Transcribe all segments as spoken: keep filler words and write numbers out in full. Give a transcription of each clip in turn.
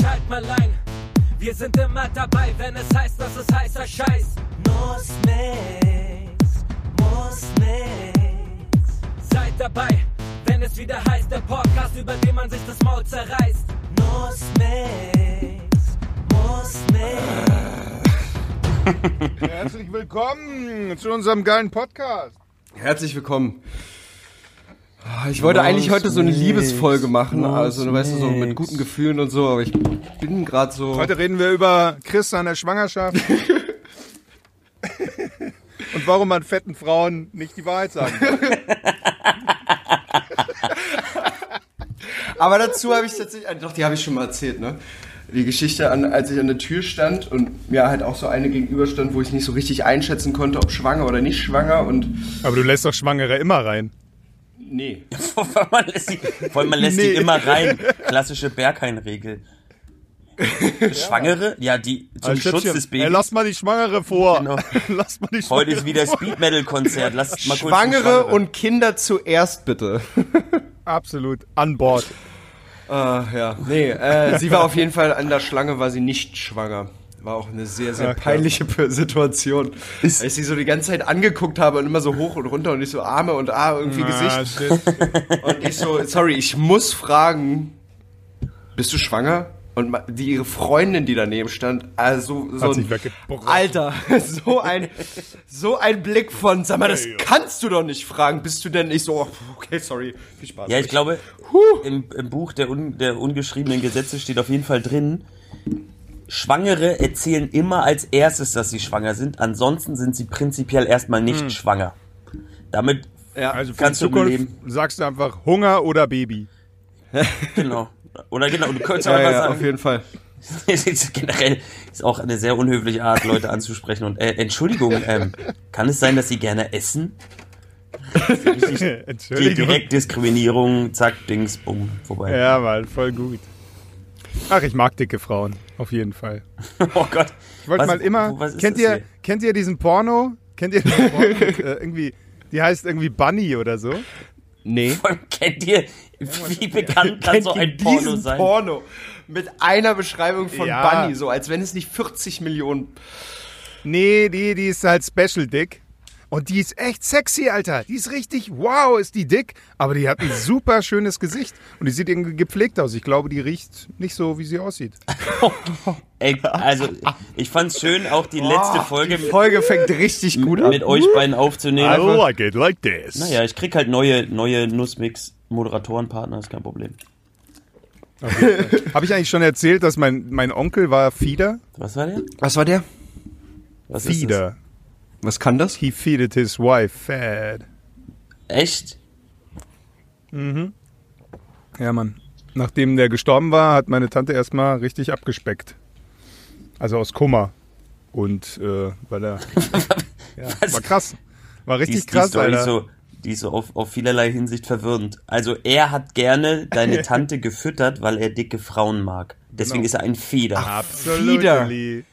schalt mal ein. Wir sind immer dabei, wenn es heißt, dass es heißer Scheiß. Muss nix, muss nix. Seid dabei, wenn es wieder heißt, der Podcast, über den man sich das Maul zerreißt. Muss nix, muss nix. Herzlich willkommen zu unserem geilen Podcast. Herzlich willkommen. Ich wollte eigentlich heute so eine Liebesfolge machen, also du weißt du, so mit guten Gefühlen und so, aber ich bin gerade so... Heute reden wir über Chris an der Schwangerschaft und warum man fetten Frauen nicht die Wahrheit sagen kann. Aber dazu habe ich tatsächlich, doch die habe ich schon mal erzählt, ne? Die Geschichte, an, als ich an der Tür stand und mir halt auch so eine gegenüberstand, wo ich nicht so richtig einschätzen konnte, ob schwanger oder nicht schwanger und... Aber du lässt doch Schwangere immer rein. Nee. man lässt sie, vor allem man lässt Nee. die immer rein. Klassische Berghain-Regel. Schwangere? Ja, die zum Also, Schutz Schätzchen, des ey, Babys. lass mal die Schwangere vor. Genau. Lass mal die Schwangere Heute ist wieder vor. Speed-Metal-Konzert. Lass mal kurz die Schwangere und Kinder zuerst, bitte. Absolut an Bord. Ah, ja. Nee, äh, sie war auf jeden Fall an der Schlange, war sie nicht schwanger. War auch eine sehr, sehr Ach, krass. peinliche P- Situation. Als ich sie so die ganze Zeit angeguckt habe und immer so hoch und runter und ich so Arme und ah, irgendwie Ah, Gesicht. shit. Und ich so, sorry, ich muss fragen, bist du schwanger? Und ma- die, ihre Freundin, die daneben stand, also so Hat ein, sich weggebrochen. Alter, so ein, so ein Blick von, sag mal, das kannst du doch nicht fragen. Bist du denn nicht so, okay, sorry, viel Spaß. Ja, ich glaube, im, im Buch der, un, der ungeschriebenen Gesetze steht auf jeden Fall drin, Schwangere erzählen immer als erstes, dass sie schwanger sind. Ansonsten sind sie prinzipiell erstmal nicht schwanger. Damit Ja, Also für die kannst du Zukunft leben. sagst du einfach Hunger oder Baby. Genau. Oder genau, du könntest ja, einfach ja, sagen, auf jeden Fall. es ist generell ist auch eine sehr unhöfliche Art, Leute anzusprechen. Und äh, Entschuldigung, ähm, kann es sein, dass Sie gerne essen? Richtig, die Entschuldigung. Direktdiskriminierung, zack, Dings, bumm, vorbei. Ja, Mann, voll gut. Ach, ich mag dicke Frauen, auf jeden Fall. Oh Gott. Ich wollte Was- mal immer, was ist kennt das ihr, hier? kennt ihr diesen Porno? Kennt ihr diesen Porno? mit, äh, irgendwie, die heißt irgendwie Bunny oder so. Nee. Vor allem, kennt ihr, wie bekannt kann Kennt so ihr ein Porno diesen sein? Porno mit einer Beschreibung von Ja. Bunny, so als wenn es nicht vierzig Millionen... Nee, die, die ist halt Special Dick. Und die ist echt sexy, Alter. Die ist richtig, wow, ist die dick. Aber die hat ein super schönes Gesicht. Und die sieht irgendwie gepflegt aus. Ich glaube, die riecht nicht so, wie sie aussieht. Ey, also, ich fand's schön, auch die letzte Folge Die Folge fängt richtig gut an. mit euch beiden aufzunehmen. like it like this. Naja, ich krieg halt neue, neue Nussmix-Moderatorenpartner, ist kein Problem. Habe ich eigentlich schon erzählt, dass mein, mein Onkel war Feeder? Was war der? Was war der? Was ist Feeder. Was kann das? He feeded his wife fat. das? Echt? Ja, Mann. Nachdem der gestorben war, hat meine Tante erstmal richtig abgespeckt. Also aus Kummer. Und äh, weil er. Ja, Was? war krass. War Die richtig ist, die krass, Story Alter. ist so, die ist so auf, auf vielerlei Hinsicht verwirrend. Also er hat gerne deine Tante gefüttert, weil er dicke Frauen mag. Deswegen Genau. ist er ein Feeder. Absolutely.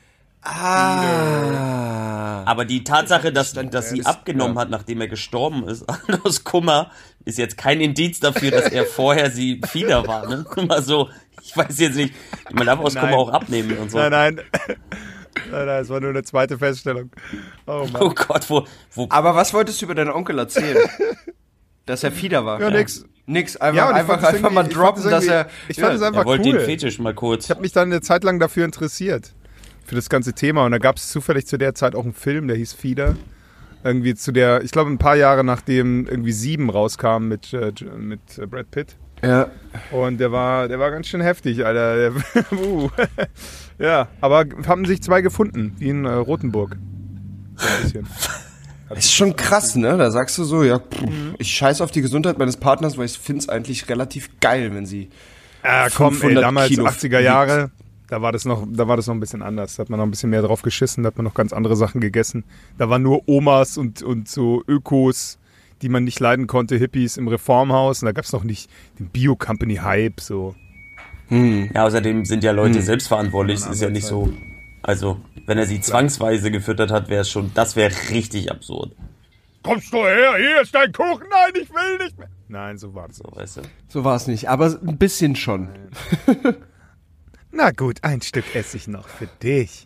Ah. Aber die Tatsache, dass, Stand dass sie ernst, abgenommen ja. hat, nachdem er gestorben ist, aus Kummer, ist jetzt kein Indiz dafür, dass er vorher sie Fieder war. Ne? Mal so, ich weiß jetzt nicht, man darf aus Nein. Kummer auch abnehmen und so. Nein, nein. Nein, nein, es war nur eine zweite Feststellung. Oh Mann. Oh Gott, wo, wo Aber was wolltest du über deinen Onkel erzählen? Dass er Fieder war. Ja, nix. Nix, einfach, Ja, und ich einfach, fand es einfach mal irgendwie- ich fand droppen, es dass er... irgendwie- Ich fand es einfach er wollte cool. den Fetisch mal kurz. Ich habe mich dann eine Zeit lang dafür interessiert. Für das ganze Thema. Und da gab es zufällig zu der Zeit auch einen Film, der hieß Feeder. Irgendwie zu der, ich glaube ein paar Jahre nachdem irgendwie Sieben rauskam mit, äh, mit äh, Brad Pitt. Ja. Und der war, der war ganz schön heftig, Alter. Der, uh. Ja, aber haben sich zwei gefunden, wie in äh, Rothenburg. So ein bisschen. Das ist schon krass, ne? Da sagst du so, ja, pff, ich scheiß auf die Gesundheit meines Partners, weil ich finde es eigentlich relativ geil, wenn sie... Ah, komm, ey, fünfhundert damals Kilo achtziger Jahre, da war das noch, da war das noch ein bisschen anders. Da hat man noch ein bisschen mehr drauf geschissen, da hat man noch ganz andere Sachen gegessen. Da waren nur Omas und, und so Ökos, die man nicht leiden konnte, Hippies im Reformhaus. Und da gab es noch nicht den Bio-Company-Hype, so. Ja, außerdem sind ja Hm. Leute selbstverantwortlich, ist ja nicht so, also, wenn er sie zwangsweise gefüttert hat, wäre es schon, das wäre richtig absurd. Kommst du her, hier ist dein Kuchen, nein, ich will nicht mehr. Nein, so war das. So, weißt du? So war es nicht, aber ein bisschen schon. Na gut, ein Stück esse ich noch für dich.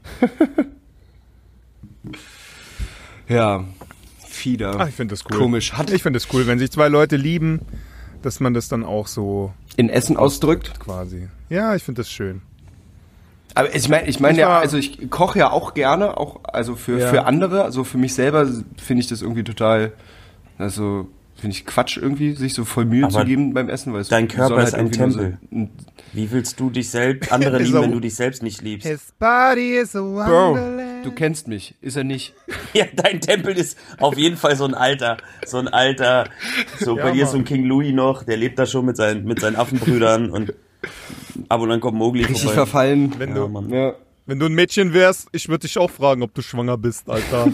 Ja, Fieder. Ach, ich finde das cool. Komisch. Hat Ich finde es cool, wenn sich zwei Leute lieben, dass man das dann auch so in Essen ausdrückt. quasi. Ja, ich finde das schön. Aber ich meine, ich meine Ich ja, war- also ich koche ja auch gerne, auch also für Ja. für andere, also für mich selber finde ich das irgendwie total, also finde ich Quatsch irgendwie, sich so voll Mühe Aber zu geben beim Essen, weil es dein Körper soll halt ist ein irgendwie nur Tempel. So, ein- Wie willst du dich selbst, andere Ist lieben, er- wenn du dich selbst nicht liebst? His body is a Bro, wonderland. du kennst mich, ist er nicht? Ja, dein Tempel ist auf jeden Fall so ein alter, so ein alter, so Ja, bei dir ist so ein Mann. King Louis noch, der lebt da schon mit seinen, mit seinen Affenbrüdern und ab und an kommt Mowgli Richtig vorbei. verfallen. Wenn Ja, du, Mann. Ja. wenn du ein Mädchen wärst, ich würde dich auch fragen, ob du schwanger bist, Alter.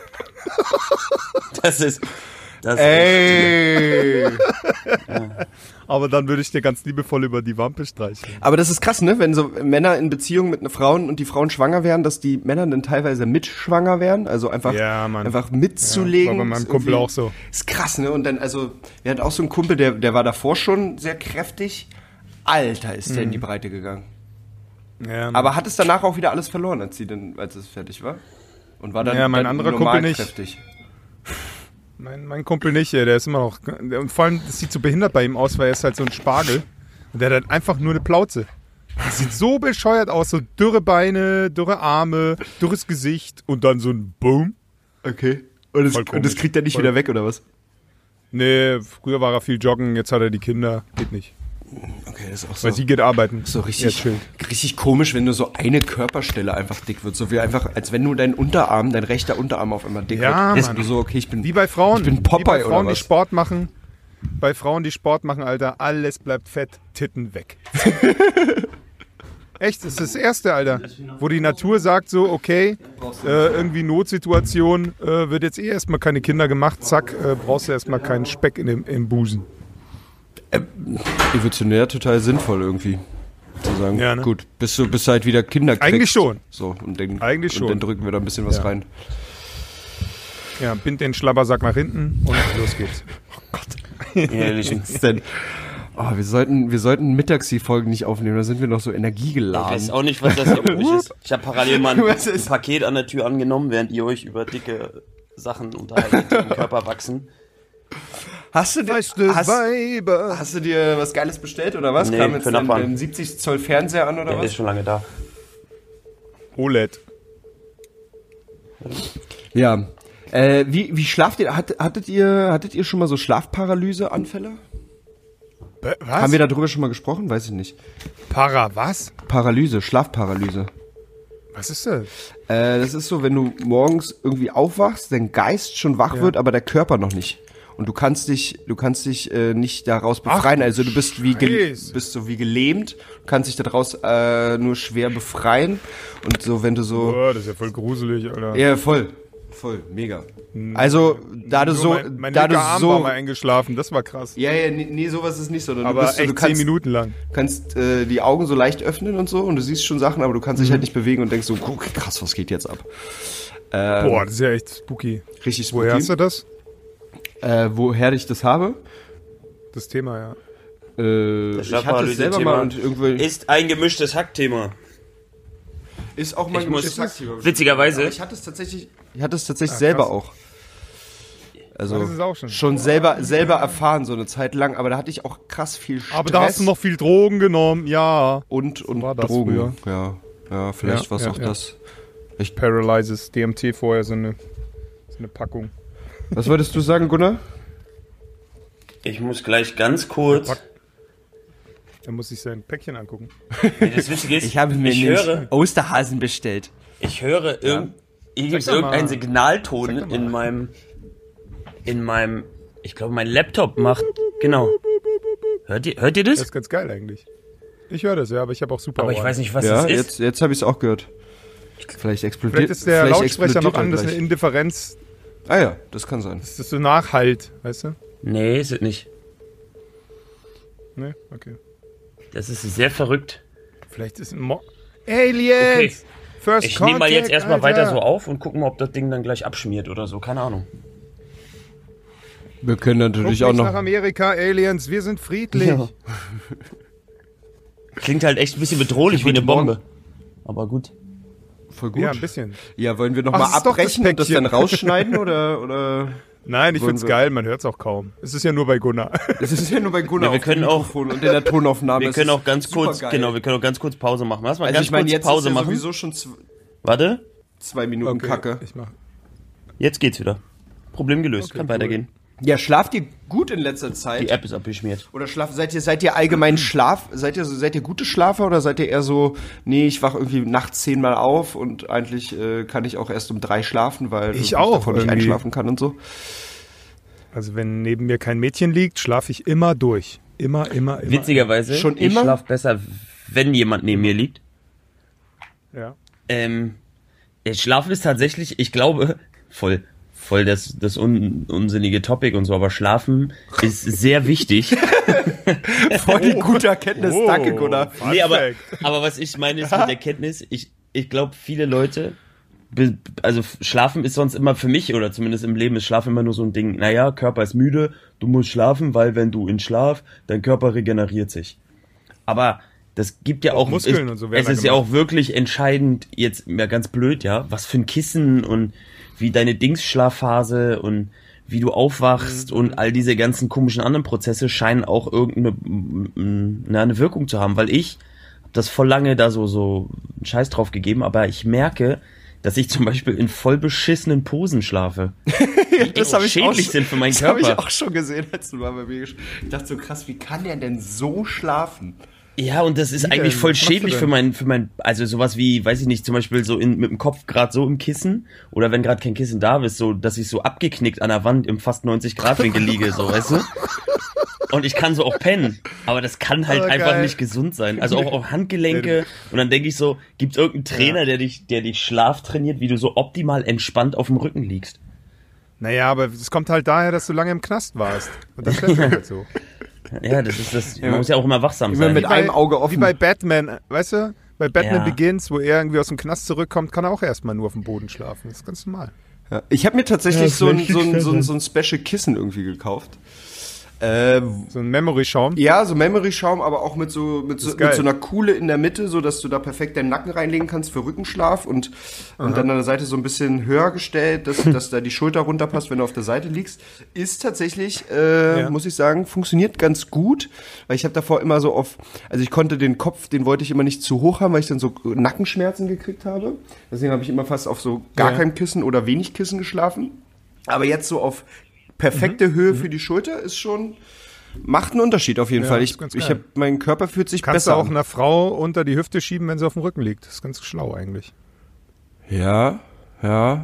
Das ist, das Ey. Aber dann würde ich dir ganz liebevoll über die Wampe streichen. Aber das ist krass, ne? Wenn so Männer in Beziehung mit einer Frauen und die Frauen schwanger wären, dass die Männer dann teilweise mitschwanger wären, also einfach, Ja, Mann. einfach mitzulegen. Ja, war bei meinem ist Kumpel irgendwie- auch so. Ist krass, ne? Und dann, also, wir hatten auch so einen Kumpel, der, der war davor schon sehr kräftig. Alter, ist der in die Breite gegangen. Ja, Mann. Aber hat es danach auch wieder alles verloren, als sie dann, als es fertig war? Und war dann, Ja, mein dann anderer normal Kumpel nicht. kräftig. Mein, mein Kumpel nicht, ey, der ist immer noch. der- Und vor allem, das sieht so behindert bei ihm aus, weil er ist halt so ein Spargel. Und der hat halt einfach nur eine Plauze. Das sieht so bescheuert aus, so dürre Beine, dürre Arme, dürres Gesicht und dann so ein Boom. Okay. Und das, Voll und das komisch. kriegt er nicht Voll- wieder weg, oder was? Nee, früher war er viel joggen, jetzt hat er die Kinder. Geht nicht. Okay, das ist auch Weil sie geht arbeiten. So Er richtig, chillt. richtig komisch, wenn nur so eine Körperstelle einfach dick wird. So wie einfach, als wenn nur dein Unterarm, dein rechter Unterarm auf einmal dick Ja, wird. Mann. Du so, okay, ich bin Wie bei Frauen. Ich bin Wie Popeye bei Frauen, oder die was? Sport machen. Bei Frauen, die Sport machen, Alter, alles bleibt fett, Titten weg. Echt, das ist das Erste, Alter. Wo die Natur sagt so, okay, äh, irgendwie Notsituation, äh, wird jetzt eh erstmal keine Kinder gemacht, zack, äh, brauchst du erstmal keinen Speck in dem, im Busen. evolutionär total sinnvoll irgendwie. Zu sagen, Ja, ne? gut, bis du, bis du halt wieder Kinder kriegst. Eigentlich schon. So, und dann, Eigentlich und schon. dann drücken wir da ein bisschen was Ja. rein. Ja, bind den Schlabbersack nach hinten und los geht's. Ehrlich. Was ist denn? Oh, wir sollten, wir sollten mittags die Folgen nicht aufnehmen, da sind wir noch so Ich energiegeladen. weiß auch nicht, was das hier übrig ist. Ich habe parallel mal ein, Was ist- ein Paket an der Tür angenommen, während ihr euch über dicke Sachen unterhaltet, die im Körper wachsen. Hast du, dir, Weiße hast, Weiber. hast du dir was Geiles bestellt oder was? Nee, Kam jetzt für dein, Nachbarn. dein siebzig Zoll Fernseher an oder Der was? ist schon lange da. O L E D. Ja. Äh, wie, wie schlaft ihr? Hat, hattet ihr? Hattet ihr schon mal so Schlafparalyse-Anfälle? Be- Was? Haben wir darüber schon mal gesprochen? Weiß ich nicht. Para, was? Paralyse, Schlafparalyse. Was ist das? Äh, das ist so, wenn du morgens irgendwie aufwachst, dein Geist schon wach Ja. wird, aber der Körper noch nicht. Und du kannst dich, du kannst dich äh, nicht daraus befreien. Ach, also du bist wie gel- Scheiße. bist so wie gelähmt, kannst dich daraus äh, nur schwer befreien. Und so, wenn du so, Oh, das ist ja voll gruselig, Alter. ja voll, voll, mega. Also da du Nur so, mein mein da du linker Arm war so, mal eingeschlafen, das war krass. ja, ja, nee, nee, sowas ist nicht so. sondern Aber du bist so, echt du kannst, zehn Minuten lang. kannst äh, die Augen so leicht öffnen und so und du siehst schon Sachen, aber du kannst dich Mhm. halt nicht bewegen und denkst so, guck, krass, was geht jetzt ab? Ähm, Boah, das ist ja echt spooky. richtig spooky. Woher hast du das? Äh, woher ich das habe? Das Thema, ja. Äh, ich hatte es selber mal und irgendwo ist ein gemischtes Hackthema. ist auch mal Ich muss- gemischtes Hackthema. Witzigerweise- Aber ich hatte es tatsächlich, ich hatte es tatsächlich Ah, selber krass. auch. Also Das ist auch schon. selber selber erfahren so eine Zeit lang, aber da hatte ich auch krass viel Stress. Aber da hast du noch viel Drogen genommen, ja. und und war das Drogen. Ja, ja, vielleicht Ja, war es ja, auch ja. das. Paralyzes, D M T vorher, so eine, so eine Packung. Was wolltest du sagen, Gunnar? Ich muss gleich ganz kurz. Da muss ich sein Päckchen angucken. Nee, das Witzige ist, Ich habe mir ich nämlich höre, Osterhasen bestellt. ich höre irgend, hier gibt es Sag doch mal. irgendeinen Signalton Sag doch mal. in meinem, in meinem, ich glaube, mein Laptop macht, genau. Hört ihr, hört ihr Das das? ist ganz geil eigentlich. Ich höre das, ja, aber ich habe auch super Aber ich Ohren. weiß nicht, was Ja, das ist. jetzt jetzt habe ich es auch gehört. Vielleicht explodiert. Vielleicht ist der vielleicht Lautsprecher noch explodiert er an, das ist eine gleich. Indifferenz. Ah ja, das kann sein. Das ist so Nachhalt, weißt du? Nee, ist es nicht. Ne, okay. Das ist sehr verrückt. Vielleicht ist ein Mo Aliens! Okay. First Ich nehme mal jetzt Contact, erstmal Alter. weiter so auf und gucken mal, ob das Ding dann gleich abschmiert oder so. Keine Ahnung. Wir können Guck natürlich nicht auch noch. nach Amerika, Aliens, wir sind friedlich. Ja. Klingt halt echt ein bisschen bedrohlich wie eine Bombe. Aber gut. Voll gut. Ja, ein bisschen. Ja, wollen wir nochmal abbrechen und das dann rausschneiden oder, oder? Nein, ich find's geil, man hört's auch kaum. Es ist ja nur bei Gunnar. Es ist ja nur bei Gunnar Ja, wir auf können dem auch- Mikrofon und in der Tonaufnahme. Wir Es können ist auch ganz kurz, supergeil. genau, wir können auch ganz kurz Pause machen. Lass mal Also ganz ich meine, kurz jetzt Pause ist ja machen. sowieso schon zw- Warte, zwei Minuten Okay, Kacke. ich mach. jetzt geht's wieder. Problem gelöst, Okay, kann cool. weitergehen. Ja, schlaft ihr gut in letzter Zeit? Die App ist abgeschmiert. Oder schlaft, seid ihr, seid ihr allgemein Schlaf, seid ihr, so- seid ihr gute Schlafer oder seid ihr eher so, nee, ich wach irgendwie nachts zehnmal auf und eigentlich äh, kann ich auch erst um drei schlafen, weil Ich irgendwie auch, davon nicht irgendwie. einschlafen kann und so? Also wenn neben mir kein Mädchen liegt, schlafe ich immer durch. Immer, immer, immer. Witzigerweise, Schon ich immer? schlaf besser, wenn jemand neben mir liegt. Ja. Ähm, der Schlafen ist tatsächlich, ich glaube, voll, voll das, das un, unsinnige Topic und so, aber Schlafen ist sehr wichtig. Voll die gute Erkenntnis, Oh, danke Gunnar. Fun Nee, aber, Fact. aber was ich meine ist mit der Kenntnis, ich, ich glaube, viele Leute, be- also Schlafen ist sonst immer für mich, oder zumindest im Leben ist Schlafen immer nur so ein Ding, naja, Körper ist müde, du musst schlafen, weil wenn du in Schlaf, dein Körper regeneriert sich. Aber das gibt ja Auch auch, Muskeln ist, und so werden es da ist ja gemacht. auch wirklich entscheidend, jetzt ja ganz blöd, ja, was für ein Kissen und wie deine Dingsschlafphase und wie du aufwachst Mhm. und all diese ganzen komischen anderen Prozesse scheinen auch irgendeine m- m- eine Wirkung zu haben, weil ich hab das voll lange da so so einen Scheiß drauf gegeben, aber ich merke, dass ich zum Beispiel in voll beschissenen Posen schlafe, die Das auch hab ich auch schädlich schon- sind für meinen Das habe ich Körper. auch schon gesehen, als du mal bei mir gesch- Ich dachte so krass, wie kann der denn so schlafen? Ja, und das ist Wie eigentlich denn? voll Was machst du schädlich denn? für mein, für mein, also sowas wie, weiß ich nicht, zum Beispiel so in, mit dem Kopf gerade so im Kissen oder wenn gerade kein Kissen da ist, so, dass ich so abgeknickt an der Wand im fast neunzig Grad Winkel liege, so, weißt du? Und ich kann so auch pennen, aber das kann halt Oh, einfach geil. nicht gesund sein. Also auch, auch Handgelenke und dann denke ich so, gibt's irgendeinen Trainer, der dich, der dich Schlaf trainiert, wie du so optimal entspannt auf dem Rücken liegst? Naja, aber es kommt halt daher, dass du lange im Knast warst. Und das schläft halt so. Ja, das ist das, man muss ja auch immer wachsam Immer sein. mit einem Auge offen. Wie bei Batman, weißt du? Bei Batman Ja. Begins, wo er irgendwie aus dem Knast zurückkommt, kann er auch erstmal nur auf dem Boden schlafen. Das ist ganz normal. Ja, ich habe mir tatsächlich Ja, so, ein, vielleicht so, ein, liegt's so, ein, daran. so ein Special Kissen irgendwie gekauft. Äh, So ein Memory-Schaum. ja, so Memory-Schaum, aber auch mit so, mit, so, ist geil. mit so einer Kuhle in der Mitte, so dass du da perfekt deinen Nacken reinlegen kannst für Rückenschlaf und, und dann an der Seite so ein bisschen höher gestellt, dass, dass da die Schulter runterpasst, wenn du auf der Seite liegst. Ist tatsächlich, äh, Ja. muss ich sagen, funktioniert ganz gut, weil ich habe davor immer so auf, also ich konnte den Kopf, den wollte ich immer nicht zu hoch haben, weil ich dann so Nackenschmerzen gekriegt habe. Deswegen habe ich immer fast auf so gar Ja. kein Kissen oder wenig Kissen geschlafen. Aber jetzt so auf perfekte Mhm. Höhe für die Schulter ist schon, macht einen Unterschied auf jeden Ja, Fall. ist Ich, ganz ich geil. habe, mein Körper fühlt sich Kannst besser du auch an. einer Frau unter die Hüfte schieben, wenn sie auf dem Rücken liegt. Das ist ganz schlau eigentlich. Ja, ja.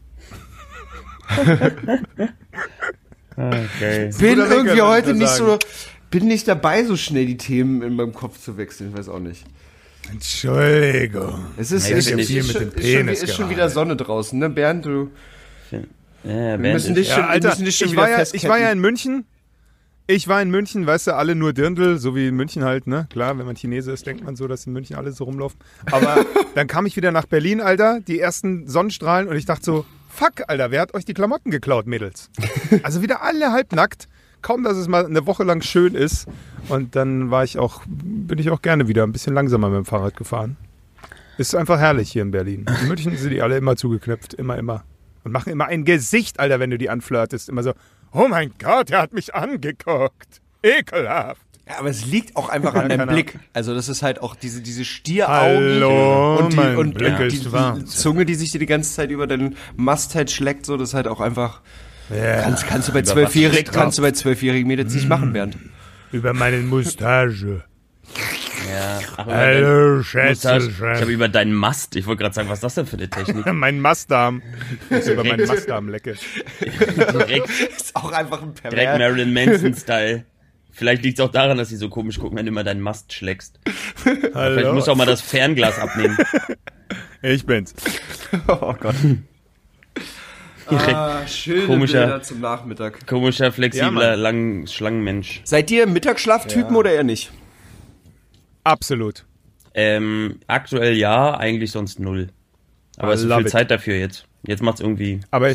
Okay. Bin Guter Lenker, irgendwie würd ich heute mal nicht sagen. so, bin nicht dabei, so schnell die Themen in meinem Kopf zu wechseln. Ich weiß auch nicht. Entschuldigung. Es ist, Nee, ist, ich bin ist, nicht ist, hier schon, mit dem ist, schon, Penis ist schon gerade. wieder Sonne draußen, ne, Bernd? Du, Ja, wir Band müssen ist- dich schon, Ja, wir Alter, müssen dich schon ich wieder war, ja, ich festketten. war ja in München. Ich war in München, weißt du, alle nur Dirndl, so wie in München halt, ne? Klar, wenn man Chinese ist, denkt man so, dass in München alle so rumlaufen. Aber dann kam ich wieder nach Berlin, Alter, die ersten Sonnenstrahlen und ich dachte so, fuck, Alter, wer hat euch die Klamotten geklaut, Mädels? Also wieder alle halbnackt. Kaum, dass es mal eine Woche lang schön ist. Und dann war ich auch, bin ich auch gerne wieder ein bisschen langsamer mit dem Fahrrad gefahren. Ist einfach herrlich hier in Berlin. In München sind die alle immer zugeknöpft, immer, immer. Und machen immer ein Gesicht, Alter, wenn du die anflirtest. Immer so, oh mein Gott, er hat mich angeguckt. Ekelhaft. Ja, aber es liegt auch einfach Ja, an deinem keine Blick. Also das ist halt auch diese, diese Stieraugen Hallo, und die, mein und, Blick und ist die, die schwarz. Zunge, die sich dir die ganze Zeit über deinen Mast halt schlägt, so, das ist halt auch einfach, Ja, kannst, kannst du bei Über was zwölfjährigen, schlägt kannst du bei zwölfjährigen Mädels nicht machen, Bernd. über meine Mustache. Ja. Ach, über Hallo, dein- Mustache. Ich habe Schätze. über deinen Mast, ich wollte gerade sagen, was ist das denn für eine Technik? Mein Mastdarm. Ich über meinen Mastdarm lecke. Direkt, Ist auch einfach ein direkt Pervers. Marilyn Manson-Style. Vielleicht liegt es auch daran, dass sie so komisch gucken, wenn du immer deinen Mast schlägst. Vielleicht Hallo. musst du auch mal das Fernglas abnehmen. Ich bin's. Oh Gott. Direkt Ah, schöne Komischer- Bilder zum Nachmittag. komischer, Ja, flexibler, Mann. lang Schlangenmensch. Seid ihr Mittagsschlaftypen Ja. oder eher nicht? Absolut. Ähm, aktuell ja, eigentlich sonst null. Aber I es ist so love viel it. Zeit dafür jetzt. Jetzt macht's irgendwie Aber ich, Sinn.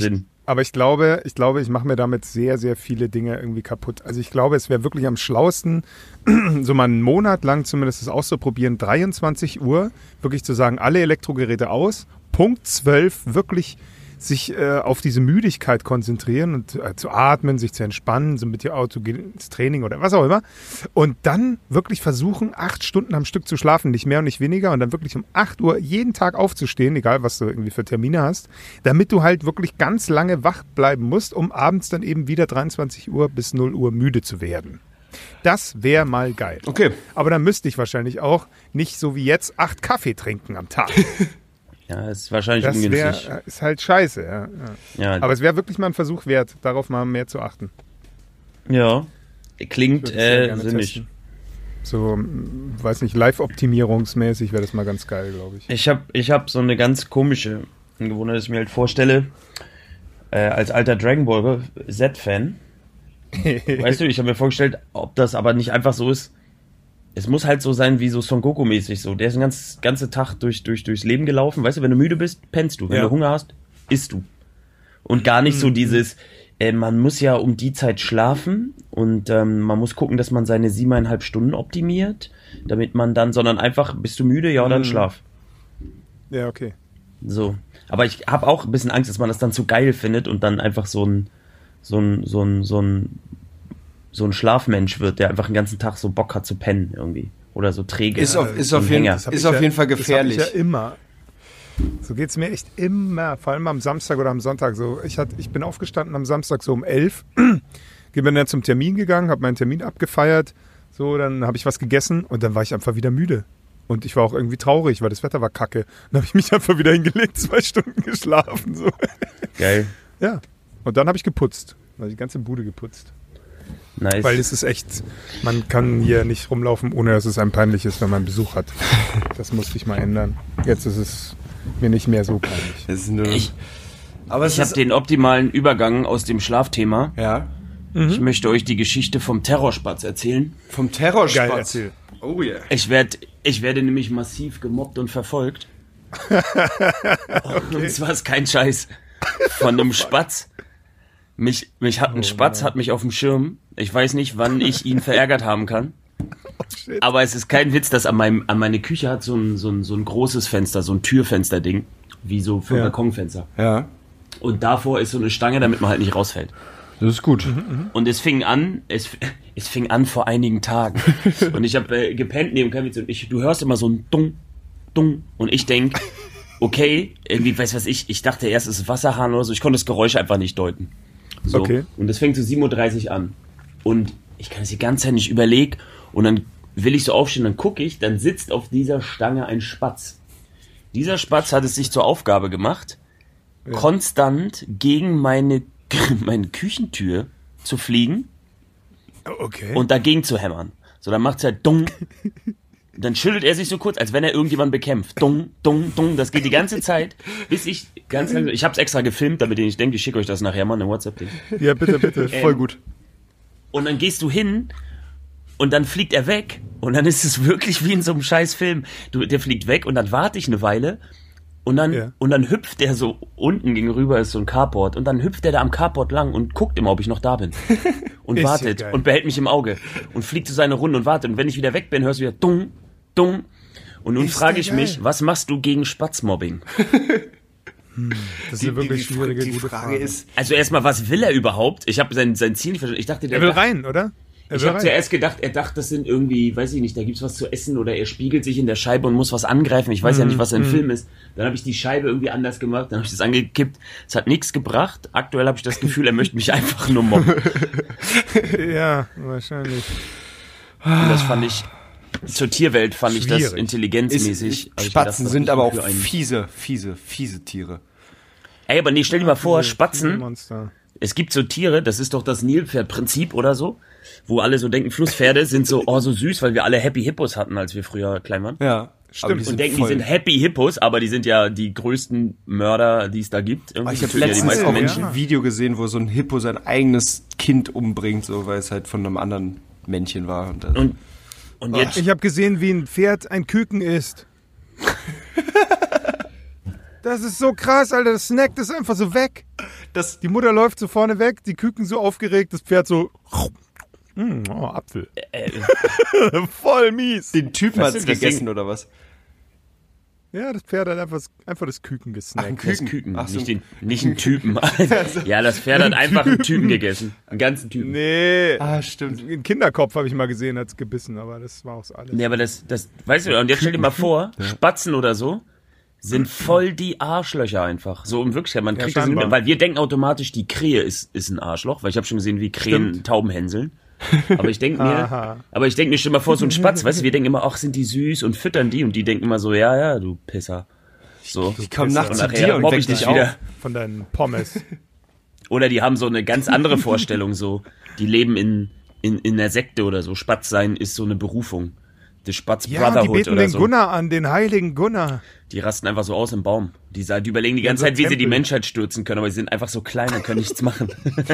Aber ich glaube, ich glaube, ich mache mir damit sehr, sehr viele Dinge irgendwie kaputt. Also ich glaube, es wäre wirklich am schlauesten, so mal einen Monat lang zumindest das auszuprobieren, dreiundzwanzig Uhr, wirklich zu sagen, alle Elektrogeräte aus, Punkt zwölf, wirklich sich äh, auf diese Müdigkeit konzentrieren und äh, zu atmen, sich zu entspannen, so mit dem Auto ins Training oder was auch immer. Und dann wirklich versuchen, acht Stunden am Stück zu schlafen, nicht mehr und nicht weniger. Und dann wirklich um acht Uhr jeden Tag aufzustehen, egal was du irgendwie für Termine hast, damit du halt wirklich ganz lange wach bleiben musst, um abends dann eben wieder dreiundzwanzig Uhr bis null Uhr müde zu werden. Das wäre mal geil. Okay. Aber dann müsste ich wahrscheinlich auch nicht so wie jetzt acht Kaffee trinken am Tag. Ja, ist wahrscheinlich Das ungünstig. wär, ist halt scheiße, ja. ja. Ja, Aber es wäre wirklich mal ein Versuch wert, darauf mal mehr zu achten. ja. Ich klingt würde es sehr äh, gerne sinnig. testen. So, m, weiß nicht, live-optimierungsmäßig wäre das mal ganz geil, glaube ich. Ich habe ich hab so eine ganz komische Gewohnheit, dass ich mir halt vorstelle, äh, als alter Dragon Ball Z-Fan, weißt du, ich habe mir vorgestellt, ob das aber nicht einfach so ist. Es muss halt so sein wie so Son Goku-mäßig so. Der ist den ganz, ganzen Tag durch, durch, durchs Leben gelaufen. Weißt du, wenn du müde bist, pennst du. Wenn Ja. du Hunger hast, isst du. Und gar nicht so Mhm. dieses, äh, man muss ja um die Zeit schlafen und ähm, man muss gucken, dass man seine siebeneinhalb Stunden optimiert, damit man dann, sondern einfach, bist du müde? Ja, dann Mhm. schlaf. Ja, okay. So. Aber ich habe auch ein bisschen Angst, dass man das dann zu geil findet und dann einfach so ein, so ein, so ein, so ein, so ein Schlafmensch wird, der einfach den ganzen Tag so Bock hat zu pennen irgendwie. Oder so träge. Ist auf, ist so auf, ein jeden, Hänger. Das hab ist ich auf ja- jeden Fall Das hab gefährlich. ich ja immer. So geht es mir echt immer, vor allem am Samstag oder am Sonntag. So, ich, hat, ich bin aufgestanden am Samstag so um elf, bin dann zum Termin gegangen, habe meinen Termin abgefeiert, so, dann habe ich was gegessen und dann war ich einfach wieder müde. Und ich war auch irgendwie traurig, weil das Wetter war kacke. Dann habe ich mich einfach wieder hingelegt, zwei Stunden geschlafen. So. Geil. Ja, und dann habe ich geputzt, also die ganze Bude geputzt. Nice. Weil es ist echt, man kann hier nicht rumlaufen, ohne dass es einem peinlich ist, wenn man Besuch hat. Das musste ich mal ändern. Jetzt ist es mir nicht mehr so peinlich. Das ist nur, Ich- aber es Ich habe ist, den optimalen Übergang aus dem Schlafthema. ja, Ich möchte euch die Geschichte vom Terrorspatz erzählen. vom Geil, Terrorspatz. erzähl. Oh yeah. Ich, werd, ich werde nämlich massiv gemobbt und verfolgt. Und zwar ist kein Scheiß. Von einem Spatz. Mich, mich hat ein Spatz, hat mich auf dem Schirm. Ich weiß nicht, wann ich ihn verärgert haben kann. Shit. Aber es ist kein Witz, dass an, meinem, an meine Küche hat so ein, so, ein, so ein großes Fenster, so ein Türfenster-Ding. Wie so für Ja. Balkonfenster. Ja, Und davor ist so eine Stange, damit man halt nicht rausfällt. das ist gut. Und es fing an, es, es fing an vor einigen Tagen. Und ich habe äh, gepennt neben Kevin und ich, du hörst immer so ein Dung, Dung. Und ich denk, okay, irgendwie, weiß was ich, ich dachte erst, es ist Wasserhahn oder so. Ich konnte das Geräusch einfach nicht deuten. So. Okay. Und es fängt so sieben Uhr dreißig an. Und ich kann es die ganze Zeit nicht überlegen. Und dann will ich so aufstehen, dann gucke ich, dann sitzt auf dieser Stange ein Spatz. Dieser Spatz hat es sich zur Aufgabe gemacht, konstant gegen meine, meine Küchentür zu fliegen Okay. und dagegen zu hämmern. So, dann macht's halt Dung. Dann schüttelt er sich so kurz, als wenn er irgendjemanden bekämpft. Dung, Dung, Dung. Das geht die ganze Zeit, bis ich ganz langsam, ich hab's extra gefilmt, damit ihr nicht denkt, ich schicke euch das nachher mal, eine WhatsApp-Ding. ja, bitte, bitte. Ähm, Voll gut. Und dann gehst du hin und dann fliegt er weg. Und dann ist es wirklich wie in so einem scheiß Film. Du, der fliegt weg und dann warte ich eine Weile und dann, Ja. und dann hüpft der so unten gegenüber ist so ein Carport und dann hüpft der da am Carport lang und guckt immer, ob ich noch da bin. Und Ist ja wartet geil. und behält mich im Auge und fliegt zu seiner Runde und wartet. Und wenn ich wieder weg bin, hörst du wieder Dung, Dung. Und nun Ist frage der ich geil. mich, was machst du gegen Spatzmobbing? Das ist eine wirklich die, schwierige, die gute Frage, Frage. ist, Also erstmal, was will er überhaupt? Ich habe sein, sein Ziel nicht verstanden. Ich dachte, der er will dachte- rein, oder? Er Ich will habe rein. zuerst gedacht, er dachte, das sind irgendwie, weiß ich nicht, da gibt's was zu essen oder er spiegelt sich in der Scheibe und muss was angreifen. Ich weiß ja nicht, was sein Film ist. Dann habe ich die Scheibe irgendwie anders gemacht, dann habe ich das angekippt. Es hat nichts gebracht. Aktuell habe ich das Gefühl, er möchte mich einfach nur mobben. Ja, wahrscheinlich. Und das fand ich, zur Tierwelt fand ich das Schwierig. intelligenzmäßig. ist, hab ich Spatzen gedacht, was sind bist aber du auch für ein- fiese, fiese, fiese Tiere. Ey, aber nee, stell dir mal vor, Spatzen, Monster. es gibt so Tiere, das ist doch das Nilpferd-Prinzip oder so, wo alle so denken, Flusspferde sind so, oh, so süß, weil wir alle Happy Hippos hatten, als wir früher klein waren. Ja, Stimmt. aber die Und denken, voll- die sind Happy Hippos, aber die sind ja die größten Mörder, die es da gibt. Irgendwie Ich habe töten ja die letztens meisten auch Menschen. ein Video gesehen, wo so ein Hippo sein eigenes Kind umbringt, so weil es halt von einem anderen Männchen war. Und, das- Und, und jetzt, Ich habe gesehen, wie ein Pferd ein Küken isst. Das ist so krass, Alter. Das snackt ist einfach so weg. Das, Die Mutter läuft so vorne weg, die Küken so aufgeregt, das Pferd so... Mm, oh, Apfel. Äh, Voll mies. den Typen Was hat's ist das gegessen, Ding? oder was? Ja, das Pferd hat einfach, einfach das Küken gesnackt. Ach, Das Küken, Ach so. nicht, den, nicht einen Typen. Ja, das Pferd hat einfach einen Typen gegessen. Einen ganzen Typen. Nee. Ah, stimmt. Einen Kinderkopf habe ich mal gesehen, hat's gebissen, aber das war auch so alles. Nee, aber das, das, weißt du, und jetzt stell dir mal vor, Spatzen oder so sind voll die Arschlöcher einfach. So in Wirklichkeit, man Ja, kriegt das scheinbar. mit, weil wir denken automatisch, die Krähe ist, ist ein Arschloch, weil ich habe schon gesehen, wie Krähen Stimmt. Tauben hänseln. Aber ich denke mir, Aha. aber ich denke mir, stell mal vor, so ein Spatz, weißt du, wir denken immer, ach, sind die süß und füttern die, und die denken immer so, ja, ja, du Pisser. So. Ich komm Pisser. nachts Und zu nachher dir und mobb weck ich dich dich wieder. auf. Von deinen Pommes. Oder die haben so eine ganz andere Vorstellung, so, die leben in, in, in der Sekte oder so. Spatz sein ist so eine Berufung. The Spatz Ja, die Brotherhood beten oder den so. Gunnar an, den heiligen Gunnar. Die rasten einfach so aus im Baum. Die, sa- die überlegen die Ja, ganze so Zeit, wie sie die Tempel. Menschheit stürzen können, aber sie sind einfach so klein und können nichts machen.